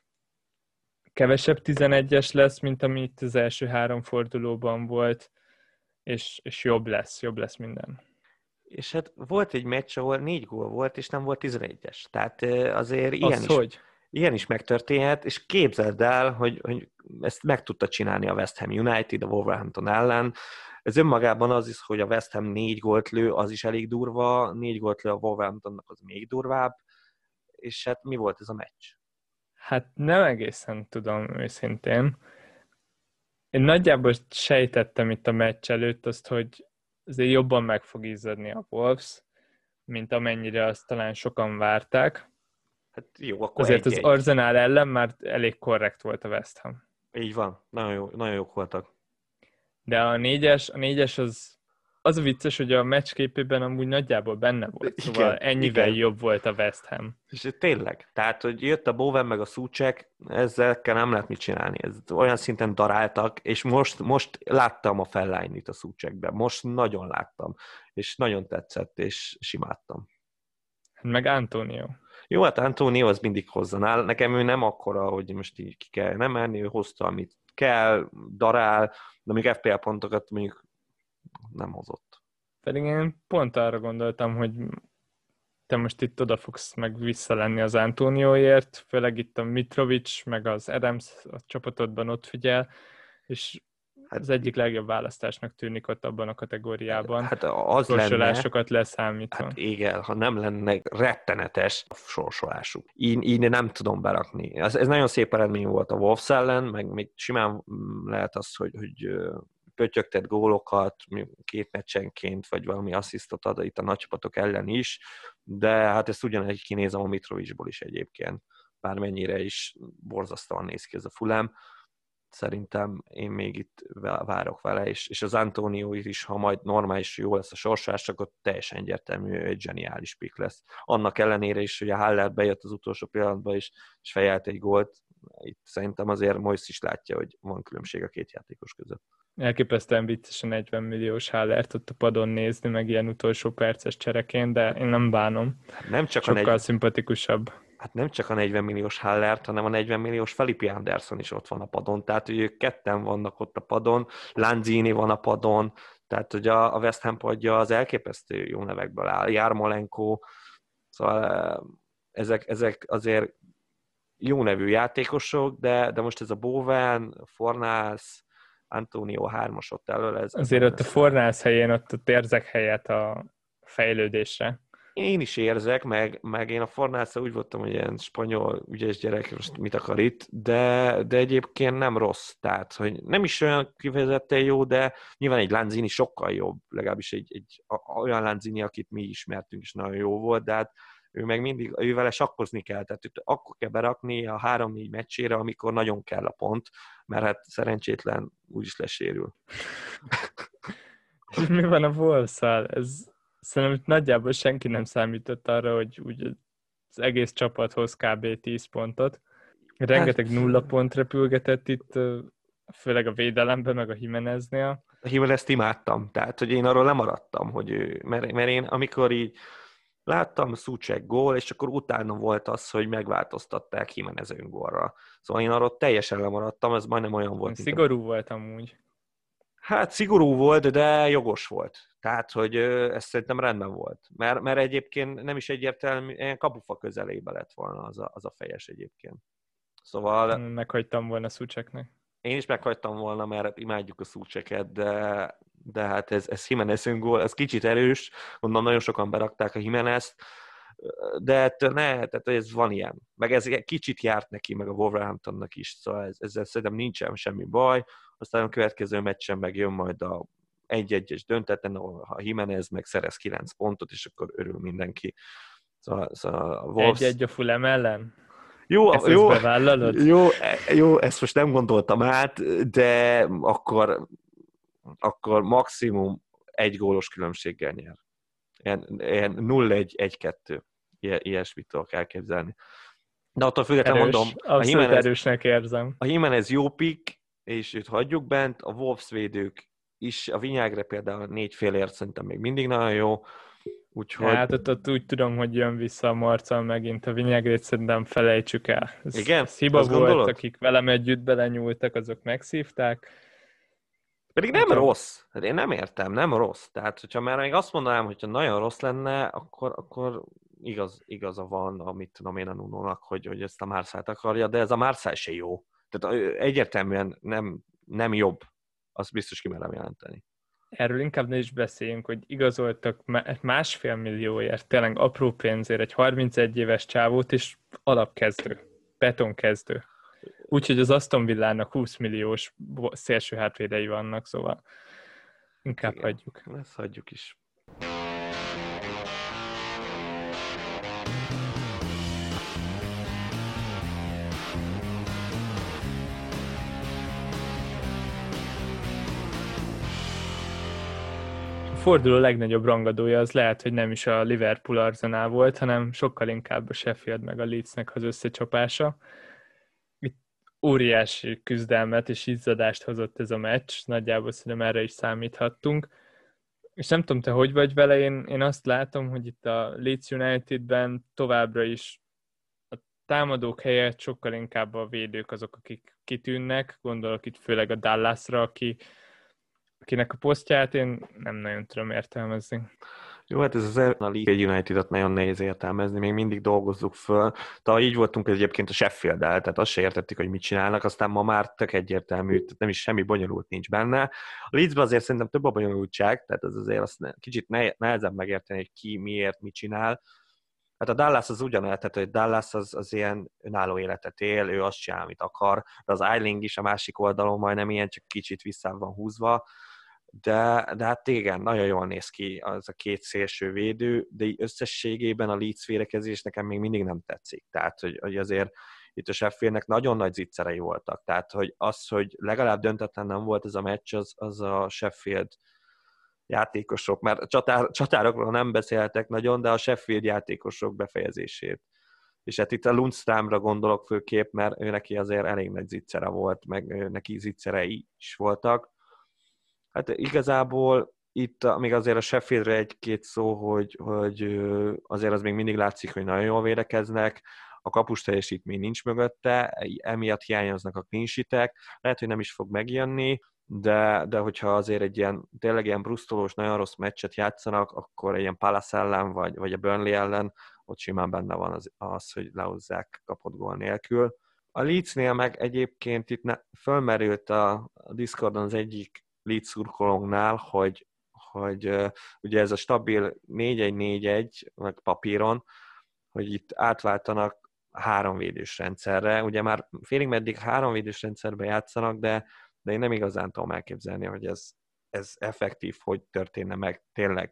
Kevesebb 11-es lesz, mint ami itt az első 3 fordulóban volt, és jobb lesz minden. És hát volt egy meccs, ahol 4 gól volt, és nem volt 11-es. Tehát azért ilyen is megtörténhet, és képzeld el, hogy ezt meg tudta csinálni a West Ham United a Wolverhampton ellen. Ez önmagában az is, hogy a West Ham 4 gólt lő, az is elég durva, 4 gólt lő a Wolverhamptonnak, az még durvább, és hát mi volt ez a meccs? Hát nem egészen tudom őszintén. Én nagyjából sejtettem itt a meccs előtt azt, hogy azért jobban meg fog izzadni a Wolves, mint amennyire azt talán sokan várták. Hát jó, akkor Azért az 1-1. Arsenal ellen már elég korrekt volt a West Ham. Így van, nagyon jók voltak. De a négyes az a vicces, hogy a meccsképében amúgy nagyjából benne volt. Szóval Igen, ennyivel igen. jobb volt a West Ham. És tényleg, tehát, hogy jött a Bowen meg a Souček, ezzel nem lehet mit csinálni. Ez olyan szinten daráltak, és most láttam a fellányt a Součekben. Most nagyon láttam, és nagyon tetszett, és imádtam. Meg Antonio. Jó, hát Antonio az mindig hozzanál. Nekem ő nem akkora, hogy most így ki kell nem menni, ő hozta, amit kell, darál, de még FPL pontokat mondjuk nem hozott. Pedig én pont arra gondoltam, hogy te most itt oda fogsz meg vissza lenni az Antonioért, főleg itt a Mitrovic, meg az Adams a csapatodban ott figyel, és az egyik legjobb választásnak tűnik ott abban a kategóriában. Hát az sorsolásokat leszámítva. Hát igen, ha nem lenne rettenetes a sorsolásuk. Így nem tudom berakni. Ez nagyon szép eredmény volt a Wolves ellen, meg még simán lehet az, hogy pötyögtett gólokat, 2 meccsenként, vagy valami asszisztot ad itt a nagycsapatok ellen is, de hát ezt ugyanegy kinézem a Mitrovicból is egyébként. Bármennyire is borzasztóan néz ki ez a Fulham. Szerintem én még itt várok vele, és az Antonio is, ha majd normális jó lesz a sorsás, csak ott teljesen egyértelmű, egy zseniális pick lesz. Annak ellenére is, hogy a Haller bejött az utolsó pillanatban, és fejelt egy gólt, itt szerintem azért Moyes is látja, hogy van különbség a két játékos között. Elképesztően vicces a 40 milliós Hallert ott a padon nézni, meg ilyen utolsó perces csereként, de én nem bánom. Nem csak sokkal szimpatikusabb. Hát nem csak a 40 milliós Hallert, hanem a 40 milliós Felipe Anderson is ott van a padon, tehát hogy ők ketten vannak ott a padon, Lanzini van a padon, tehát hogy a West Ham padja az elképesztő jó nevekből áll, Jarmolenko, szóval ezek azért jó nevű játékosok, de most ez a Bowen, Fornals, Antonio 3-as ott elől. Azért ott a Fornals helyén ott érzek helyet a fejlődésre. Én is érzek, meg én a Fornálszal úgy voltam, hogy ilyen spanyol ügyes gyerek, most mit akar itt, de egyébként nem rossz. Tehát, hogy nem is olyan kifejezetten jó, de nyilván egy Lanzini sokkal jobb, legalábbis egy olyan Lanzini, akit mi ismertünk, és nagyon jó volt, de hát ő meg mindig, vele sakkozni kell, tehát őt akkor kell berakni a 3-4 meccsére, amikor nagyon kell a pont, mert hát szerencsétlen úgyis lesérül. És mi van a Wolves-szal? Szerintem nagyjából senki nem számított arra, hogy úgy az egész csapathoz kb. 10 pontot. Rengeteg 0 pont repülgetett itt, főleg a védelemben, meg a Jimeneznél. A Jimenezt imádtam, tehát hogy én arról lemaradtam, hogy ő, mert én amikor így láttam Souček gól, és akkor utána volt az, hogy megváltoztatták Jimenez öngólra. Szóval én arról teljesen lemaradtam, ez majdnem olyan volt. Szigorú volt amúgy. Hát szigorú volt, de jogos volt. Tehát, hogy ez szerintem rendben volt. Mert egyébként nem is egyértelmű, ilyen kapufa közelébe lett volna az a fejes egyébként. Szóval... Meghagytam volna Součeknek. Én is meghagytam volna, mert imádjuk a Součeket, de hát ez Jimenez öngól, ez kicsit erős, mondom, nagyon sokan berakták a Jimenezt, de tehát ez van ilyen. Meg ez kicsit járt neki, meg a Wolverhamptonnak is, szóval ezzel szerintem nincsen semmi baj. Aztán a következő meccsen meg jön majd a 1-1-es döntetlen, ha Jimenez meg szerez 9 pontot, és akkor örül mindenki. Szóval a Wolves... 1-1 a Fulham ellen? Jó, jó, ezt most nem gondoltam át, de akkor maximum 1 gólos különbséggel nyer. Ilyen 0-1-1-2. Ilyesmit tudok elképzelni. De attól függetlenül mondom, abszolút erősnek érzem. A Jimenez jó pick, és őt hagyjuk bent, a Wolves védők is, a Vinyágre például 4,5 szerintem még mindig nagyon jó. Úgyhogy... Hát ott úgy tudom, hogy jön vissza a Marcal megint, a Vinyágrét szerintem felejtsük el. Ez hiba volt, gondolod? Akik velem együtt belenyúltak, azok megszívták. Pedig nem rossz. Hát én nem értem, nem rossz. Tehát, hogyha már még azt mondanám, hogyha nagyon rossz lenne, akkor igaza van, amit tudom én a Nunónak, hogy ezt a Marcelt akarja, de ez a Marcel se jó. Tehát egyértelműen nem jobb. Azt biztos kimerem jelenteni. Erről inkább ne is beszéljünk, hogy igazoltak 1,5 millióért, tényleg apró pénzért egy 31 éves csávót, és alapkezdő, betonkezdő. Úgyhogy az Aston Villának 20 milliós szélső hátvédei vannak, szóval Inkább igen, hagyjuk. ezt hagyjuk is. A forduló legnagyobb rangadója az lehet, hogy nem is a Liverpool Arsenal volt, hanem sokkal inkább a Sheffield meg a Leedsnek az összecsapása. Itt óriási küzdelmet és izzadást hozott ez a meccs, nagyjából szerintem erre is számíthattunk. És nem tudom, te hogy vagy vele, én azt látom, hogy itt a Leeds Unitedben továbbra is a támadók helyett sokkal inkább a védők azok, akik kitűnnek. Gondolok itt főleg a Dallasra, akinek a posztját én nem nagyon tudom értelmezni. Jó, hát ez az a Leeds United-et nagyon nehéz értelmezni, még mindig dolgozzuk föl. Tehát így voltunk egyébként a Sheffield-el, tehát azt se értettük, hogy mit csinálnak, aztán ma már tök egyértelmű, tehát nem is semmi bonyolult nincs benne. A Leedsben azért szerintem több a bonyolultság, tehát az azért azt kicsit nehezebb megérteni, hogy ki miért mit csinál. Hát a Dallas az ugyanolyan, tehát hogy Dallas az ilyen önálló életet él, ő azt csinál, amit akar, de az Eiling is a másik oldalon majdnem ilyen, csak kicsit vissza van húzva, de hát igen, nagyon jól néz ki az a két szélső védő, de így összességében a Leeds védekezés nekem még mindig nem tetszik. Tehát, hogy azért itt a Sheffieldnek nagyon nagy zicserei voltak. Tehát, hogy az, hogy legalább döntetlen nem volt ez a meccs, az a Sheffield játékosok, mert csatárokról nem beszéltek nagyon, de a Sheffield játékosok befejezését. És hát itt a Lundströmre gondolok főképp, mert ő neki azért elég nagy zicsere volt, meg neki zicserei is voltak. Hát igazából itt még azért a Sheffieldre egy-két szó, hogy azért az még mindig látszik, hogy nagyon jól védekeznek, a kapus teljesítmény nincs mögötte, emiatt hiányoznak a clean sheetek, lehet, hogy nem is fog megjönni, de hogyha azért egy ilyen, tényleg ilyen brusztolós, nagyon rossz meccset játszanak, akkor egy ilyen Palace ellen, vagy a Burnley ellen, ott simán benne van az hogy lehozzák kapott gól nélkül. A Leedsnél meg egyébként itt fölmerült a Discordon az egyik Leeds szurkolónknál, hogy ugye ez a stabil 4-1-4-1, meg papíron, hogy itt átváltanak háromvédős rendszerre. Ugye már félig meddig háromvédős rendszerben játszanak, de én nem igazán tudom elképzelni, hogy ez effektív, hogy történne meg tényleg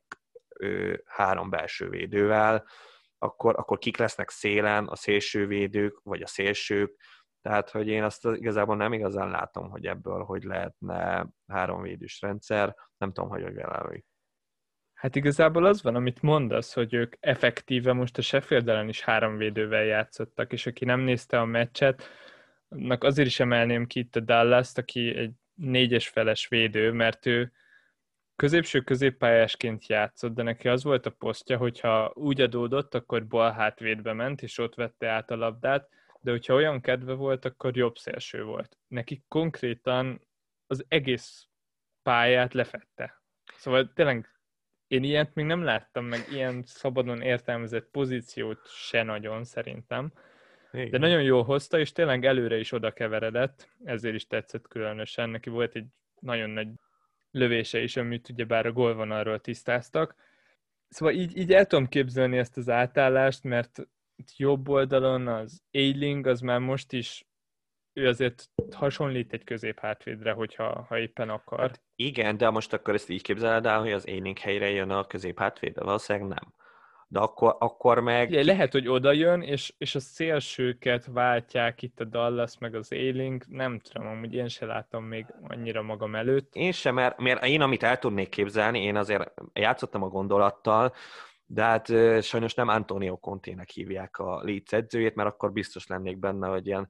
három belső védővel, akkor kik lesznek szélen, a szélsővédők, vagy a szélsők, tehát, hogy én azt igazából nem igazán látom, hogy ebből hogy lehetne háromvédős rendszer, nem tudom, hogy vele. Hát igazából az van, amit mondasz, hogy ők effektíve most a Sheffield ellen is három védővel játszottak, és aki nem nézte a meccset, annak azért is emelném ki itt a Dallas-t, aki egy 4-es feles védő, mert ő középső középpályásként játszott, de neki az volt a posztja, hogyha úgy adódott, akkor bal hátvédbe ment, és ott vette át a labdát, de hogyha olyan kedve volt, akkor jobb szélső volt. Neki konkrétan az egész pályát lefette. Szóval tényleg én ilyet még nem láttam, meg ilyen szabadon értelmezett pozíciót se nagyon szerintem. Igen. De nagyon jól hozta, és tényleg előre is oda keveredett, ezért is tetszett különösen. Neki volt egy nagyon nagy lövése is, amit ugyebár a gólvonalról tisztáztak. Szóval így el tudom képzelni ezt az átállást, mert jobb oldalon az Eiling, az már most is ő azért hasonlít egy középhátvédre, ha éppen akar. Hát igen, de most akkor ezt így képzeled el, hogy az Eiling helyre jön a középhátvéd, valószínűleg nem. De akkor meg... Ugye, lehet, hogy oda jön, és a szélsőket váltják itt a Dallas, meg az Eiling, nem tudom, amúgy én se látom még annyira magam előtt. Én sem, mert én amit el tudnék képzelni, én azért játszottam a gondolattal, de hát sajnos nem Antonio Conte-nek hívják a Leeds edzőjét, mert akkor biztos lennék benne, hogy ilyen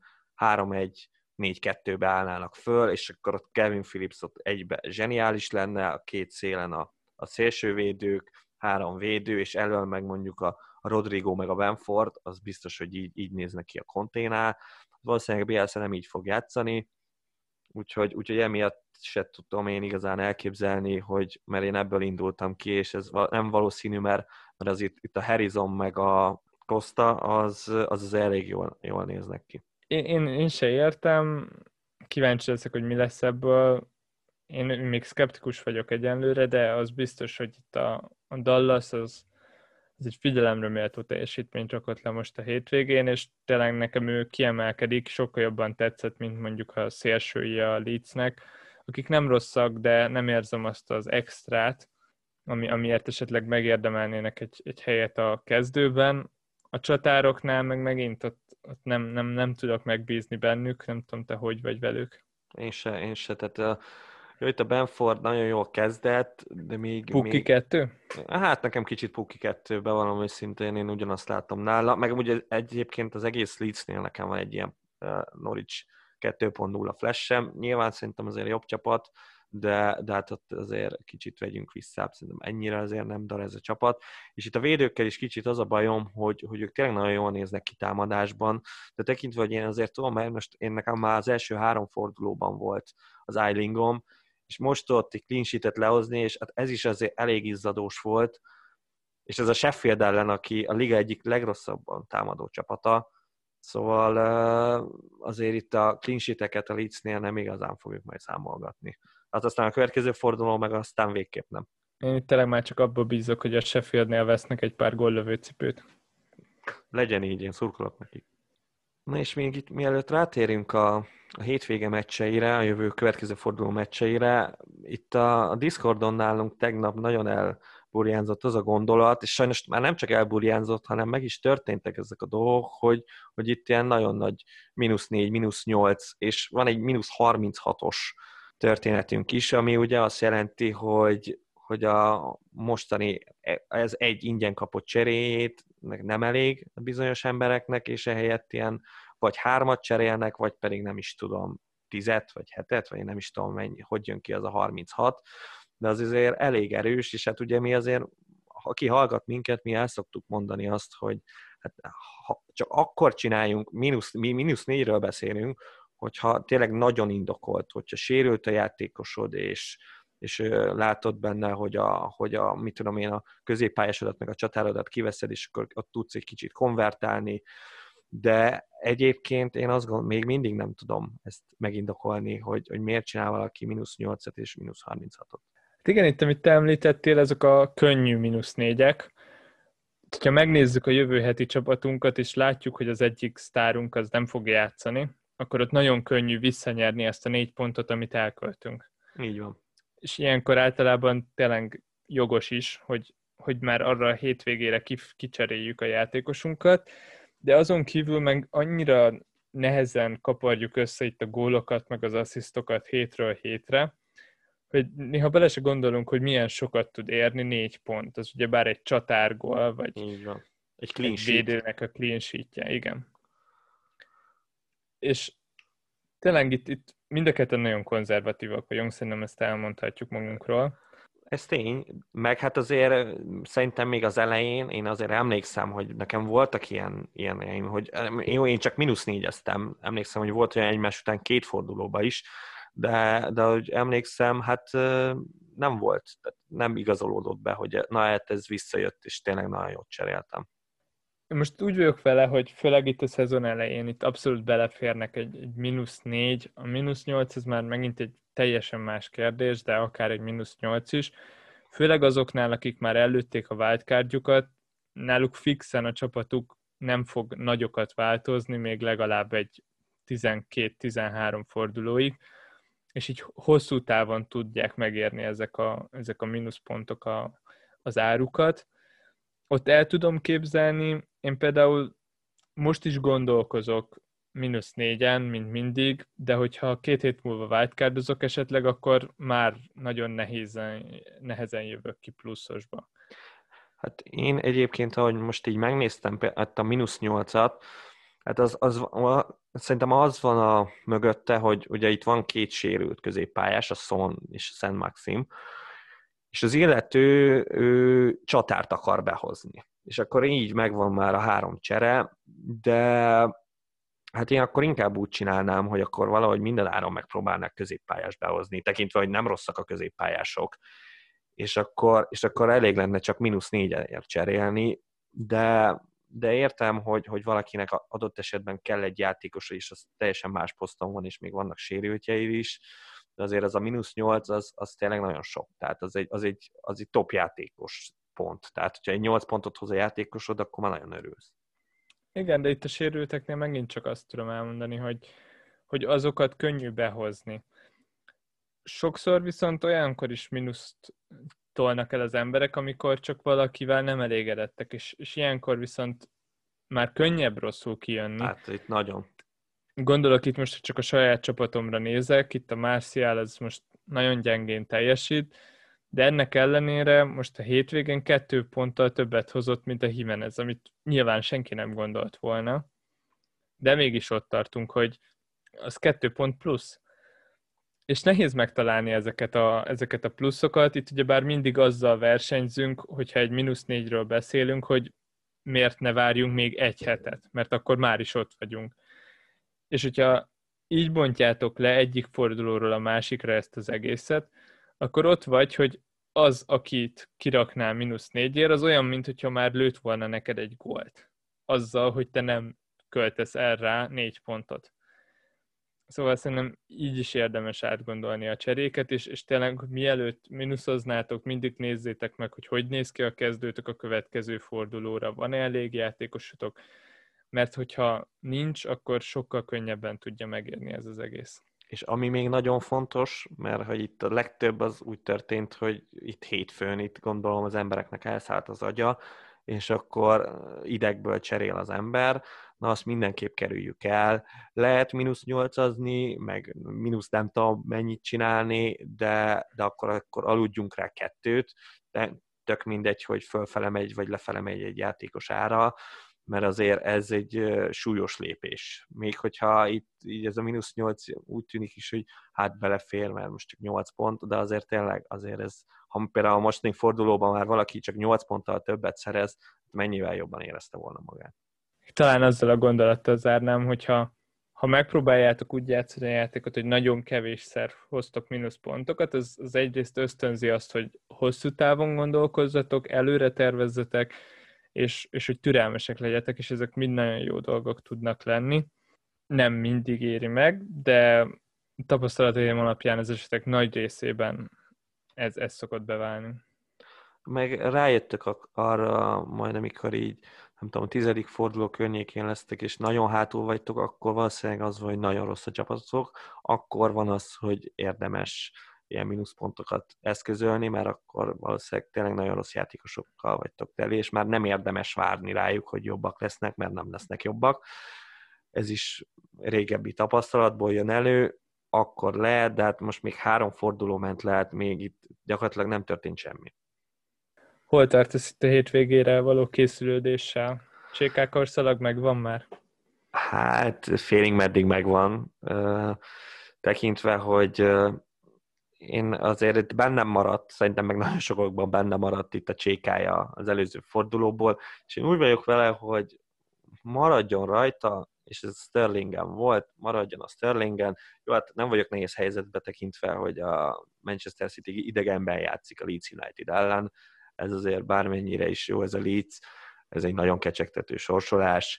3-1-4-2-be állnának föl, és akkor ott Kevin Phillips ott egybe zseniális lenne, a két szélen a szélsővédők, három védő, és elől meg mondjuk a Rodrigo meg a Benford, az biztos, hogy így néznek ki a Conténál. Valószínűleg Bielsa nem így fog játszani, úgyhogy emiatt se tudom én igazán elképzelni, mert én ebből indultam ki, és ez nem valószínű, mert az itt a Harrison meg a Costa, az elég jól néznek ki. Én se értem, kíváncsi leszek, hogy mi lesz ebből. Én még szkeptikus vagyok egyenlőre, de az biztos, hogy itt a Dallas az egy figyelemre méltó teljesítményt rakott le most a hétvégén, és tényleg nekem ő kiemelkedik, sokkal jobban tetszett, mint mondjuk a szélsői a Leedsnek. akik nem rosszak, de nem érzem azt az extrát, amiért esetleg megérdemelnének egy helyet a kezdőben. A csatároknál meg megint ott nem tudok megbízni bennük, nem tudom, te hogy vagy velük. Én se. Tehát jó, itt a Benford nagyon jól kezdett, de Pukki 2? Hát nekem kicsit Pukki 2, bevallom őszintén, én ugyanazt látom nála. Meg ugye egyébként az egész Leedsnél nekem van egy ilyen Norwich 2.0 flash-sem. Nyilván szerintem azért jobb csapat, de hát ott azért kicsit vegyünk vissza, szerintem ennyire azért nem dar ez a csapat. És itt a védőkkel is kicsit az a bajom, hogy ők tényleg nagyon jól néznek ki támadásban, de tekintve, hogy én azért tudom, mert most én nekem már az első 3 fordulóban volt az Eilingom, és most ott egy clean sheet-et lehozni, és hát ez is azért elég izzadós volt, és ez a Sheffield ellen, aki a liga egyik legrosszabban támadó csapata, szóval azért itt a clean sheet-eket a Leedsnél nem igazán fogjuk majd számolgatni. Hát aztán a következő forduló meg aztán végképp nem. Én itt tényleg már csak abba bízok, hogy a Sheffieldnél vesznek egy pár góllövő cipőt. Legyen így, én szurkolok nekik. Na és még itt mielőtt rátérünk a hétvége meccseire, a jövő következő forduló meccseire, itt a Discordon nálunk tegnap nagyon elburjánzott az a gondolat, és sajnos már nem csak elburjánzott, hanem meg is történtek ezek a dolgok, hogy itt ilyen nagyon nagy -4, -8, és van egy -36-os történetünk is, ami ugye azt jelenti, hogy a mostani, ez egy ingyen kapott cseréjét nem elég bizonyos embereknek, és ehelyett ilyen vagy 3 cserélnek, vagy pedig nem is tudom, 10 vagy 7, vagy nem is tudom mennyi, hogy jön ki az a 36, de az azért elég erős, és hát ugye mi azért, aki hallgat minket, mi el szoktuk mondani azt, hogy hát, csak akkor csináljunk, -4-ről beszélünk, hogyha tényleg nagyon indokolt, hogyha sérült a játékosod, és látod benne, hogy mit tudom én, a középpályásodat meg a csatárodat kiveszed, és akkor ott tudsz egy kicsit konvertálni, de egyébként én azt gondolom, még mindig nem tudom ezt megindokolni, hogy miért csinál valaki -8-et és -36-ot. Hát igen, itt amit te említettél, ezek a könnyű -4-ek. Ha megnézzük a jövő heti csapatunkat, és látjuk, hogy az egyik sztárunk az nem fog játszani, akkor ott nagyon könnyű visszanyerni ezt a 4 pontot, amit elköltünk. Így van. És ilyenkor általában tényleg jogos is, hogy már arra a hétvégére kicseréljük a játékosunkat, de azon kívül meg annyira nehezen kaparjuk össze itt a gólokat, meg az asszisztokat hétről hétre, hogy néha bele se gondolunk, hogy milyen sokat tud érni 4 pont. Az ugye bár egy csatárgól, vagy így van. Egy védőnek a clean sheetje, igen. És tényleg itt mind a ketten nagyon konzervatívak vagyunk, szerintem ezt elmondhatjuk magunkról. Ez tény, meg hát azért szerintem még az elején, én azért emlékszem, hogy nekem voltak ilyen hogy én csak -4-eztem, emlékszem, hogy volt olyan egymás után 2 fordulóba is, de hogy emlékszem, hát nem volt, nem igazolódott be, hogy na hát ez visszajött, és tényleg nagyon jót cseréltem. Most úgy vagyok vele, hogy főleg itt a szezon elején itt abszolút beleférnek egy -4, a -8 ez már megint egy teljesen más kérdés, de akár egy -8 is. Főleg azoknál, akik már előtték a wildcardjukat, náluk fixen a csapatuk nem fog nagyokat változni, még legalább egy 12-13 fordulóig, és így hosszú távon tudják megérni ezek a mínuszpontok az árukat. Ott el tudom képzelni, én például most is gondolkozok -4-en, mint mindig, de hogyha 2 hét múlva wildcardozok esetleg, akkor már nagyon nehezen jövök ki pluszosba. Hát én egyébként, ahogy most így megnéztem hát a -8-at, hát szerintem az van a mögötte, hogy ugye itt van 2 sérült középpályás, a Son és a Szent Maxim, és az illető ő csatárt akar behozni. És akkor így megvan már a 3 csere, de hát én akkor inkább úgy csinálnám, hogy akkor valahogy minden áron megpróbálnak középpályást behozni, tekintve, hogy nem rosszak a középpályások, és akkor elég lenne csak -4-ért cserélni, de értem, hogy valakinek adott esetben kell egy játékos, és az teljesen más poszton van, és még vannak sérültjei is, de azért az a -8 az tényleg nagyon sok, tehát az egy top játékos pont, tehát hogyha egy 8 pontot hoz a játékosod, akkor már nagyon örülsz. Igen, de itt a sérülteknél megint csak azt tudom elmondani, hogy azokat könnyű behozni. sokszor viszont olyankor is mínuszt tolnak el az emberek, amikor csak valakivel nem elégedettek, és ilyenkor viszont már könnyebb rosszul kijönni. Hát itt nagyon. Gondolok itt most, csak a saját csapatomra nézek, itt a Martial ez most nagyon gyengén teljesít, de ennek ellenére most a hétvégén 2 ponttal többet hozott, mint a Jimenez, amit nyilván senki nem gondolt volna, de mégis ott tartunk, hogy az 2 pont plusz. És nehéz megtalálni ezeket a pluszokat, itt ugyebár mindig azzal versenyzünk, hogyha egy -4-ről beszélünk, hogy miért ne várjunk még egy hetet, mert akkor már is ott vagyunk. És hogyha így bontjátok le egyik fordulóról a másikra ezt az egészet, akkor ott vagy, hogy az, akit kiraknál -4-ért, az olyan, mintha már lőtt volna neked egy gólt. Azzal, hogy te nem költesz el rá 4 pontot. Szóval szerintem így is érdemes átgondolni a cseréket, és tényleg mielőtt mínuszoznátok, mindig nézzétek meg, hogy néz ki a kezdőtök a következő fordulóra, van-e elég játékosotok, mert hogyha nincs, akkor sokkal könnyebben tudja megérni ez az egész. És ami még nagyon fontos, mert hogy itt a legtöbb az úgy történt, hogy itt hétfőn, itt gondolom az embereknek elszállt az agya, és akkor idegből cserél az ember, na azt mindenképp kerüljük el. Lehet -8-azni, meg mínusz nem tudom mennyit csinálni, de akkor aludjunk rá 2, de tök mindegy, hogy fölfele megy, vagy lefele megy egy játékos ára, mert azért ez egy súlyos lépés. Még hogyha itt így ez a -8 úgy tűnik is, hogy hát belefér, mert most csak 8 pont, de azért tényleg azért ez, ha például a mostani fordulóban már valaki csak 8 ponttal többet szerez, mennyivel jobban érezte volna magát. Talán azzal a gondolattal zárnám, hogyha megpróbáljátok úgy játszani a játékot, hogy nagyon kevésszer hoztok mínuszpontokat, az egyrészt ösztönzi azt, hogy hosszú távon gondolkozzatok, előre tervezzetek, és hogy türelmesek legyetek, és ezek mind nagyon jó dolgok tudnak lenni. Nem mindig éri meg, de tapasztalataim alapján az esetek nagy részében ez szokott beválni. Meg rájöttök arra majd, amikor így, nem tudom, a 10. forduló környékén lesztek, és nagyon hátul vagytok, akkor valószínűleg az van, hogy nagyon rossz a csapatok, akkor van az, hogy érdemes ilyen mínuszpontokat eszközölni, mert akkor valószínűleg tényleg nagyon rossz játékosokkal vagytok teli, és már nem érdemes várni rájuk, hogy jobbak lesznek, mert nem lesznek jobbak. Ez is régebbi tapasztalatból jön elő, akkor lehet, de hát most még 3 forduló ment lehet, még itt gyakorlatilag nem történt semmi. Hol tartasz itt a hétvégére való készülődéssel? Csékákorszalag megvan már? Hát félig meddig megvan, tekintve, hogy én azért itt bennem maradt, szerintem meg nagyon sokakban benne maradt itt a csékája az előző fordulóból, és én úgy vagyok vele, hogy maradjon rajta, és ez Sterlingen volt, maradjon a Sterlingen. Jó, hát nem vagyok nehéz helyzetbe tekintve, hogy a Manchester City idegenben játszik a Leeds United ellen, ez azért bármennyire is jó ez a Leeds, ez egy nagyon kecsegtető sorsolás,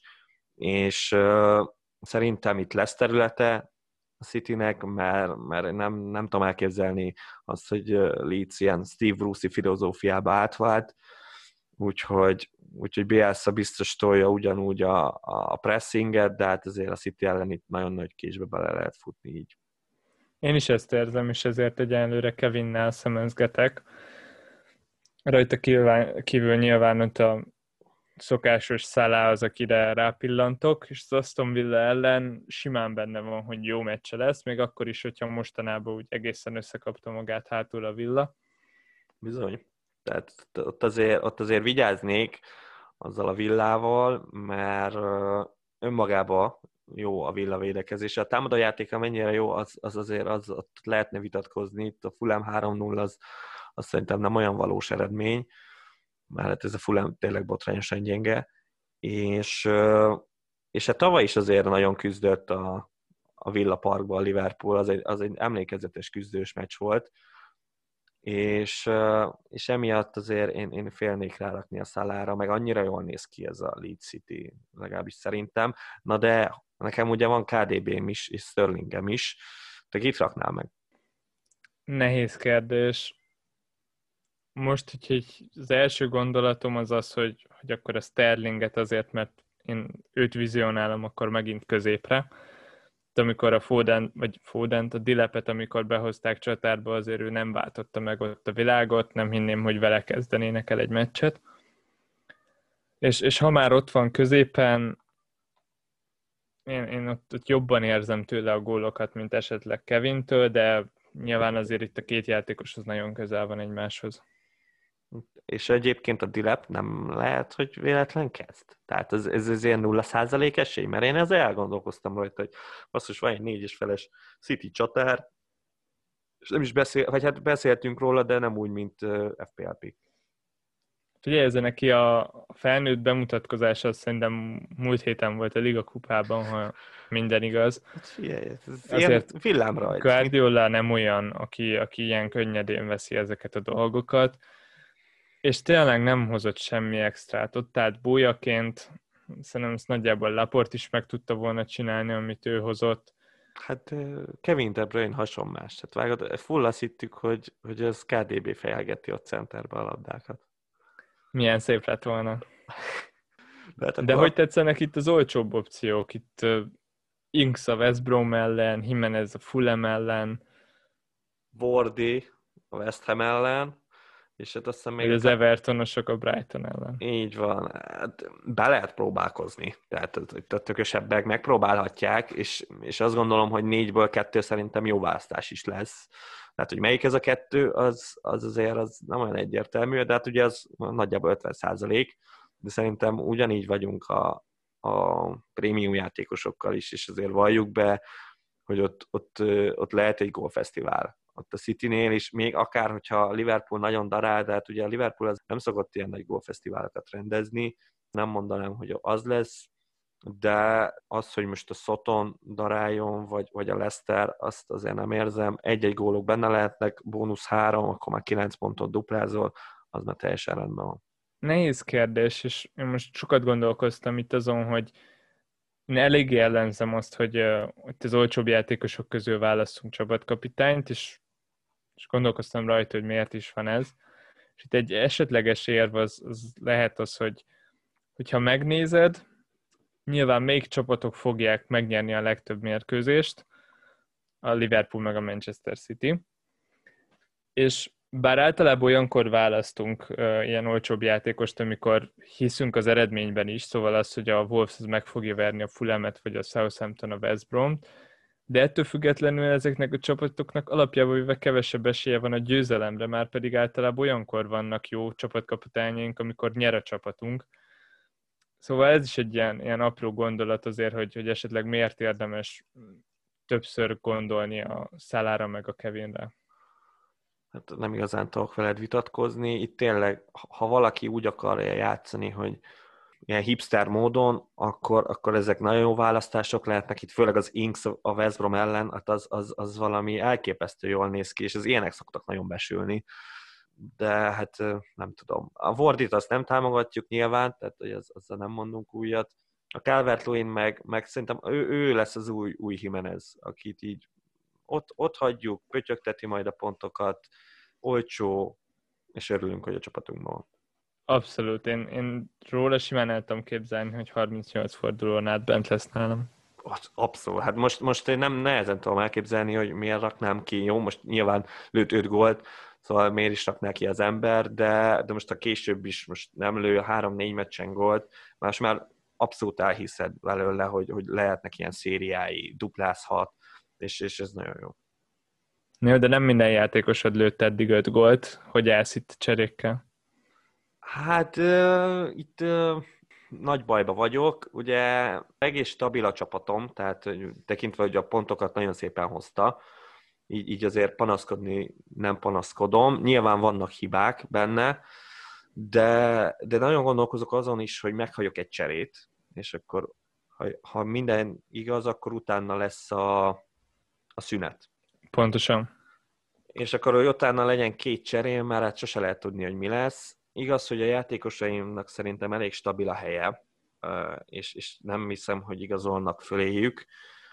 és szerintem itt lesz területe a Citynek, mert nem tudom elképzelni azt, hogy Leeds ilyen Steve Bruce-i filozófiába átvált, úgyhogy Bielsa biztos tolja ugyanúgy a pressinget, de hát azért a City ellen itt nagyon nagy késbe bele lehet futni így. Én is ezt érzem, és ezért egyenlőre Kevinnel szemezgetek. Rajta kívül nyilván ott a szokásos Salah az, akire rápillantok, és az Aston Villa ellen simán benne van, hogy jó meccse lesz, még akkor is, hogyha mostanában úgy egészen összekapta magát hátul a Villa. Bizony. Tehát ott azért vigyáznék azzal a Villával, mert önmagában jó a Villa védekezése. A támadójátéka mennyire jó, az azért ott lehetne vitatkozni. Itt a Fulham 3-0 az szerintem nem olyan valós eredmény, mert ez a Fulham tényleg botrányosan gyenge. És hát tavaly is azért nagyon küzdött a Villa Parkban a Liverpool, az egy emlékezetes küzdős meccs volt, és emiatt azért én félnék rárakni a Salahra, meg annyira jól néz ki ez a Leeds City, legalábbis szerintem. Na de nekem ugye van KDB-m is, és Sterlingem is. Te kit raknál meg? Nehéz kérdés. Most, hogy az első gondolatom az, hogy akkor a Sterlinget azért, mert én őt vizionálom akkor megint középre, amikor a Fodent, a Dilepet, amikor behozták csatárba, azért ő nem váltotta meg ott a világot, nem hinném, hogy vele kezdenének el egy meccset. És ha már ott van középen, én ott jobban érzem tőle a gólokat, mint esetleg Kevintől, de nyilván azért itt a két játékos az nagyon közel van egymáshoz. És egyébként a Dilep nem lehet, hogy véletlen kezd? Tehát ez ilyen 0% esély? Mert én ezzel elgondolkoztam rajta, hogy basszus, van egy 4,5-es City csatár, és nem is beszéltünk róla, de nem úgy, mint FPL pick. Ugye ez neki a felnőtt bemutatkozása szerintem múlt héten volt a Liga kupában, ha minden igaz. Ez Azért ilyen villámrajt. Guardiola nem olyan, aki ilyen könnyedén veszi ezeket a dolgokat, és tényleg nem hozott semmi extrát. Ott állt bójaként, szerintem ezt nagyjából Laporte is meg tudta volna csinálni, amit ő hozott. Hát Kevin De Bruyne hasonlás. Tehát vágod, full azt hittük, hogy ez KDB fejelgeti a centerbe a labdákat. Milyen szép lett volna. De hogy tetszenek itt az olcsóbb opciók? Itt Inks a West Brom ellen, Jimenez a Fulham ellen. Wardy a West Ham ellen, és hát azt hiszem még... Az Evertonosok a Brighton ellen. Így van. Hát be lehet próbálkozni. Tehát a tökösebbek megpróbálhatják, és azt gondolom, hogy 4-ből 2 szerintem jó választás is lesz. Tehát, hogy melyik ez a 2, az azért az nem olyan egyértelmű, de hát ugye az nagyjából 50%, de szerintem ugyanígy vagyunk a prémium játékosokkal is, és azért valljuk be, hogy ott lehet egy gólfesztivál. Ott a Citynél is, még akár, hogyha a Liverpool nagyon darál, de hát ugye a Liverpool az nem szokott ilyen nagy gólfesztiválokat rendezni, nem mondanám, hogy az lesz, de az, hogy most a Soton daráljon, vagy a Leicester, azt azért nem érzem. Egy-egy gólok benne lehetnek, bónusz 3, akkor már 9 pontot duplázol, az már teljesen rendben van. Nehéz kérdés, és én most sokat gondolkoztam itt azon, hogy én eléggé ellenzem azt, hogy itt az olcsóbb játékosok közül választunk csapatkapitányt, és gondolkoztam rajta, hogy miért is van ez. És itt egy esetleges érv az lehet az, hogyha megnézed, nyilván melyik csapatok fogják megnyerni a legtöbb mérkőzést, a Liverpool meg a Manchester City, és bár általában olyankor választunk ilyen olcsóbb játékost, amikor hiszünk az eredményben is, szóval az, hogy a Wolves meg fogja verni a Fulhamet, vagy a Southampton a West Brom, de ettől függetlenül ezeknek a csapatoknak alapjában véve kevesebb esélye van a győzelemre, már pedig általában olyankor vannak jó csapatkapitányaink, amikor nyer a csapatunk. Szóval ez is egy ilyen apró gondolat azért, hogy esetleg miért érdemes többször gondolni a Salára meg a Kevinre. Hát nem igazán tudok veled vitatkozni. Itt tényleg, ha valaki úgy akarja játszani, hogy ilyen hipster módon, akkor ezek nagyon jó választások lehetnek. Itt főleg az Inks a West Brom ellen, hát az valami elképesztő jól néz ki, és az ilyenek szoktak nagyon besülni. De hát nem tudom. A Wardit azt nem támogatjuk nyilván, tehát hogy azzal nem mondunk újat. A Calvert-Lewin meg szerintem ő lesz az új Jimenez, akit így ott hagyjuk, pötyögteti majd a pontokat, olcsó, és örülünk, hogy a csapatunkban van. Abszolút, én róla simán el tudom képzelni, hogy 38 fordulón át bent lesz nálam. Abszolút, hát most én nem nehezen tudom elképzelni, hogy miért raknám ki, jó, most nyilván lőtt 5 gólt, szóval miért is rakná ki az ember, de most a később is most nem lő 3-4 meccsen gólt, most már abszolút elhiszed belőle, hogy lehetnek ilyen szériái, duplázhat, és ez nagyon jó. Jó, de nem minden játékosod lőtt eddig 5 gólt, hogy állsz itt cserékkel? Hát itt nagy bajba vagyok, ugye egész stabil a csapatom, tehát tekintve, hogy a pontokat nagyon szépen hozta, így azért panaszkodni nem panaszkodom. Nyilván vannak hibák benne, de nagyon gondolkozok azon is, hogy meghagyok egy cserét, és akkor ha minden igaz, akkor utána lesz a szünet. Pontosan. És akkor, hogy utána legyen 2 cserém, mert hát sose lehet tudni, hogy mi lesz. Igaz, hogy a játékosaimnak szerintem elég stabil a helye, és nem hiszem, hogy igazolnak föléjük,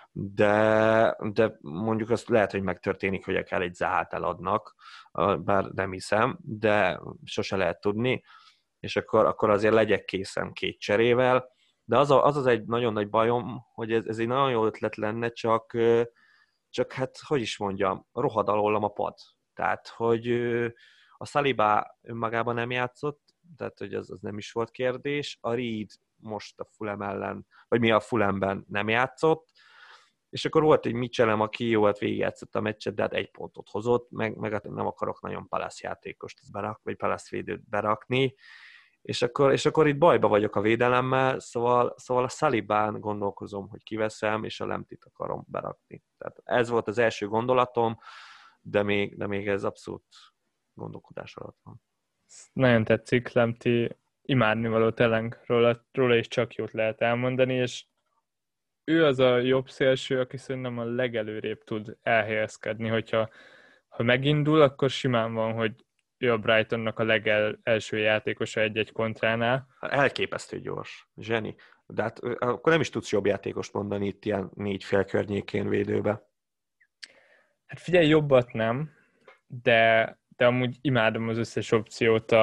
de mondjuk azt lehet, hogy megtörténik, hogy akár egy Zahát eladnak, bár nem hiszem, de sose lehet tudni, és akkor azért legyek készen 2 cserével, De az egy nagyon nagy bajom, hogy ez egy nagyon jó ötlet lenne, csak hát, hogy is mondjam, rohad alólam a pad. Tehát, hogy a Saliba önmagában nem játszott, tehát, hogy az nem is volt kérdés. A Reed most a Fulham ellen, vagy mi a Fulhamben nem játszott, és akkor volt egy Mitchellem, aki jó, hát végigjátszott a meccset, de hát 1 pontot hozott, meg hát nem akarok nagyon Palace játékost vagy Palace védőt berakni, és akkor itt bajba vagyok a védelemmel, szóval a Salibán gondolkozom, hogy kiveszem, és a Lemtit akarom berakni. Tehát ez volt az első gondolatom, de még ez abszolút gondolkodás alatt van. Nagyon tetszik, Lemti, imádnivaló tényleg róla is csak jót lehet elmondani, és ő az a jobb szélső, aki szerintem a legelőrébb tud elhelyezkedni, hogyha megindul, akkor simán van, hogy ő a Brightonnak a legelső játékosa egy-egy kontránál. Elképesztő gyors, zseni. De hát akkor nem is tudsz jobb játékost mondani itt ilyen 4,5 környékén védőbe. Hát figyelj, jobbat nem, de amúgy imádom az összes opciót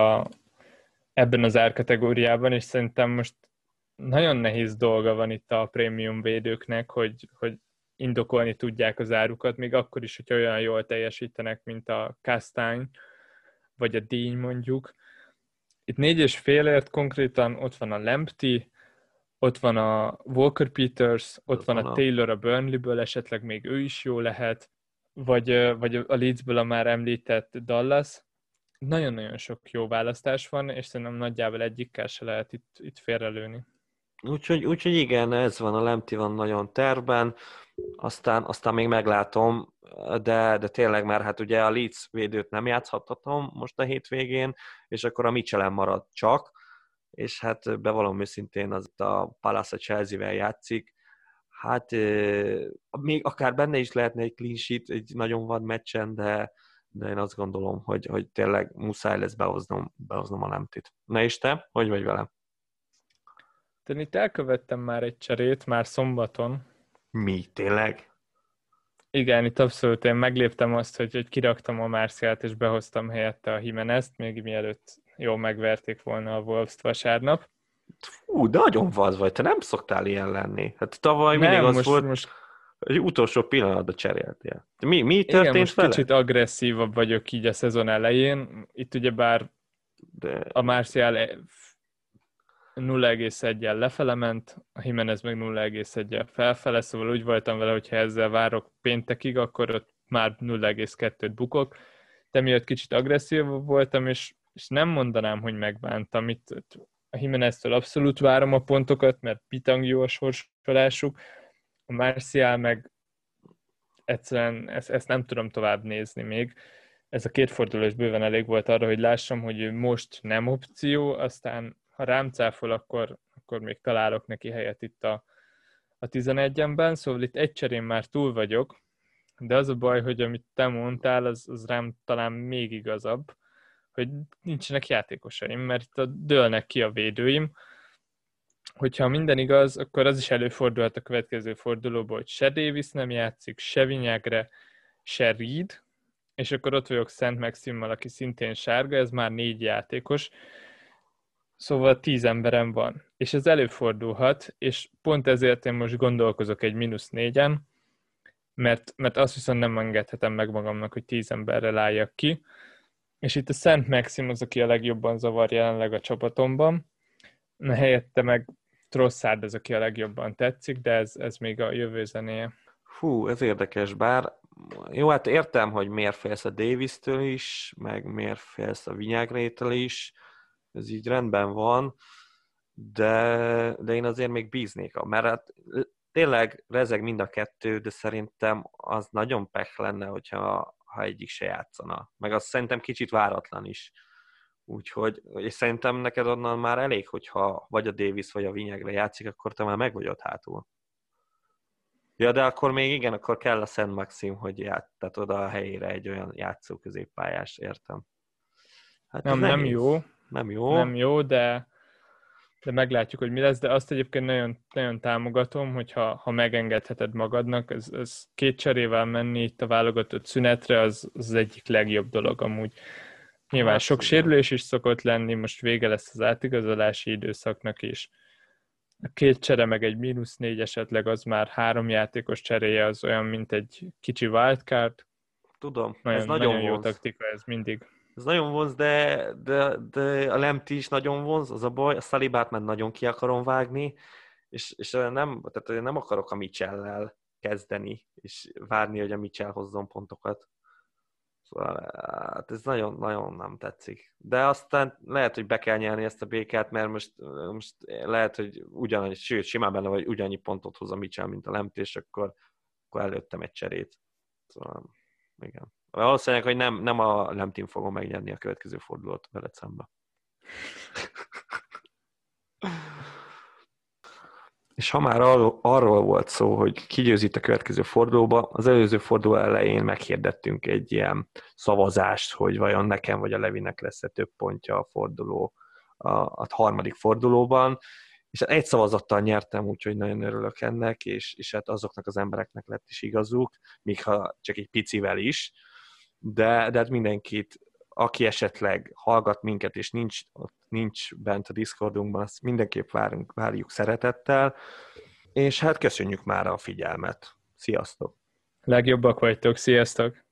ebben az árkategóriában, és szerintem most nagyon nehéz dolga van itt a prémium védőknek, hogy indokolni tudják az árukat, még akkor is, hogy olyan jól teljesítenek, mint a Castagne, vagy a Díny mondjuk. Itt 4,5-ért konkrétan ott van a Lamptey, ott van a Walker Peters, ott van a Taylor a Burnleyből, esetleg még ő is jó lehet, vagy a Leedsből a már említett Dallas. Nagyon-nagyon sok jó választás van, és szerintem nagyjából egyikkel se lehet itt félrelőni. Úgyhogy igen, ez van, a Lemti van nagyon tervben, aztán még meglátom, de tényleg, mert hát ugye a Leeds védőt nem játszhattatom most a hétvégén, és akkor a Mitchell maradt csak, és hát bevallom őszintén, az a Palace a Chelsea-vel játszik, hát még akár benne is lehetne egy clean sheet egy nagyon vad meccsen, de én azt gondolom, hogy tényleg muszáj lesz behoznom a Lemtit. Na és te? Hogy vagy velem? De itt elkövettem már egy cserét, már szombaton. Mi? Tényleg? Igen, itt abszolút én megléptem azt, hogy kiraktam a Martialt, és behoztam helyette a Jimenezt, még mielőtt jól megverték volna a Wolves-t vasárnap. Hú, de nagyon vad vagy, te nem szoktál ilyen lenni. Hát tavaly nem, mindig az volt, hogy utolsó pillanatban cseréltél. Mi történt igen, most vele? kicsit agresszívabb vagyok így a szezon elején. Itt ugyebár a Martial 0,1-jel lefele ment, a Jimenez meg 0,1-jel felfele, szóval úgy voltam vele, hogy ha ezzel várok péntekig, akkor ott már 0,2-t bukok. De miatt kicsit agresszívabb voltam, és nem mondanám, hogy megbántam. Itt a Jimeneztől abszolút várom a pontokat, mert bitang jó a sorsolásuk. A Martial meg egyszerűen ezt nem tudom tovább nézni még. Ez a 2 fordulós bőven elég volt arra, hogy lássam, hogy ő most nem opció, aztán ha rám cáfol, akkor még találok neki helyet itt a 11-ben, szóval itt egy cserén már túl vagyok, de az a baj, hogy amit te mondtál, az rám talán még igazabb, hogy nincsenek játékosaim, mert itt dőlnek ki a védőim. Hogyha minden igaz, akkor az is előfordulhat a következő fordulóban, hogy se Davis nem játszik, se Vinyagre, se Reed, és akkor ott vagyok Szent Maximmal, aki szintén sárga, ez már 4 játékos, szóval 10 emberem van. És ez előfordulhat, és pont ezért én most gondolkozok egy -4-en, mert azt viszont nem engedhetem meg magamnak, hogy 10 emberrel álljak ki. És itt a Szent Maxim az, aki a legjobban zavar jelenleg a csapatomban. Helyette meg Trossard az, aki a legjobban tetszik, de ez még a jövő zenéje. Hú, ez érdekes, bár jó, hát értem, hogy miért félsz a Davis-től is, meg miért félsz a Vinyagrétől is, ez így rendben van, de én azért még bíznék, mert hát tényleg rezeg mind a kettő, de szerintem az nagyon pech lenne, ha egyik se játszana. Meg az szerintem kicsit váratlan is. Úgyhogy, és szerintem neked onnan már elég, hogyha vagy a Davis, vagy a Vinyagre játszik, akkor te már meg vagy ott hátul. Ja, de akkor még igen, akkor kell a Szent Maxim, hogy tehát oda a helyére egy olyan játszó középpályás, értem. Hát nem jó. Nem jó. Nem jó, de meglátjuk, hogy mi lesz, de azt egyébként nagyon, nagyon támogatom, hogyha megengedheted magadnak, ez 2 cserével menni itt a válogatott szünetre, az egyik legjobb dolog amúgy. Nyilván sok sérülés is szokott lenni, most vége lesz az átigazolási időszaknak is. A 2 csere meg egy -4 esetleg, az már 3 játékos cseréje, az olyan, mint egy kicsi wildcard. Tudom, ez Nagyon, nagyon nagyon jó vonz. taktika ez mindig. Ez nagyon vonz, de a Lemti is nagyon vonz, az a baj. A Salibát már nagyon ki akarom vágni, és tehát én nem akarok a Mitchell-lel kezdeni, és várni, hogy a Mitchell hozzon pontokat. Szóval hát ez nagyon nem tetszik. De aztán lehet, hogy be kell nyerni ezt a békát, mert most lehet, hogy ugyanannyi, sőt, simán benne vagy ugyannyi pontot hoz a Mitchell, mint a Lemti, és akkor előttem egy cserét. Szóval, igen. Valószínűleg, hogy nem a Lemtin fogom megnyerni a következő fordulót veled szembe. És ha már arról volt szó, hogy ki győz itt a következő fordulóba, az előző forduló elején meghirdettünk egy ilyen szavazást, hogy vajon nekem vagy a Levinek lesz-e több pontja a forduló, a harmadik fordulóban, és egy szavazattal nyertem, úgyhogy nagyon örülök ennek, és hát azoknak az embereknek lett is igazuk, még ha csak egy picivel is, de hát mindenkit, aki esetleg hallgat minket, és nincs bent a Discordunkban, azt mindenképp várjuk szeretettel, és hát köszönjük már a figyelmet. Sziasztok! Legjobbak vagytok, sziasztok!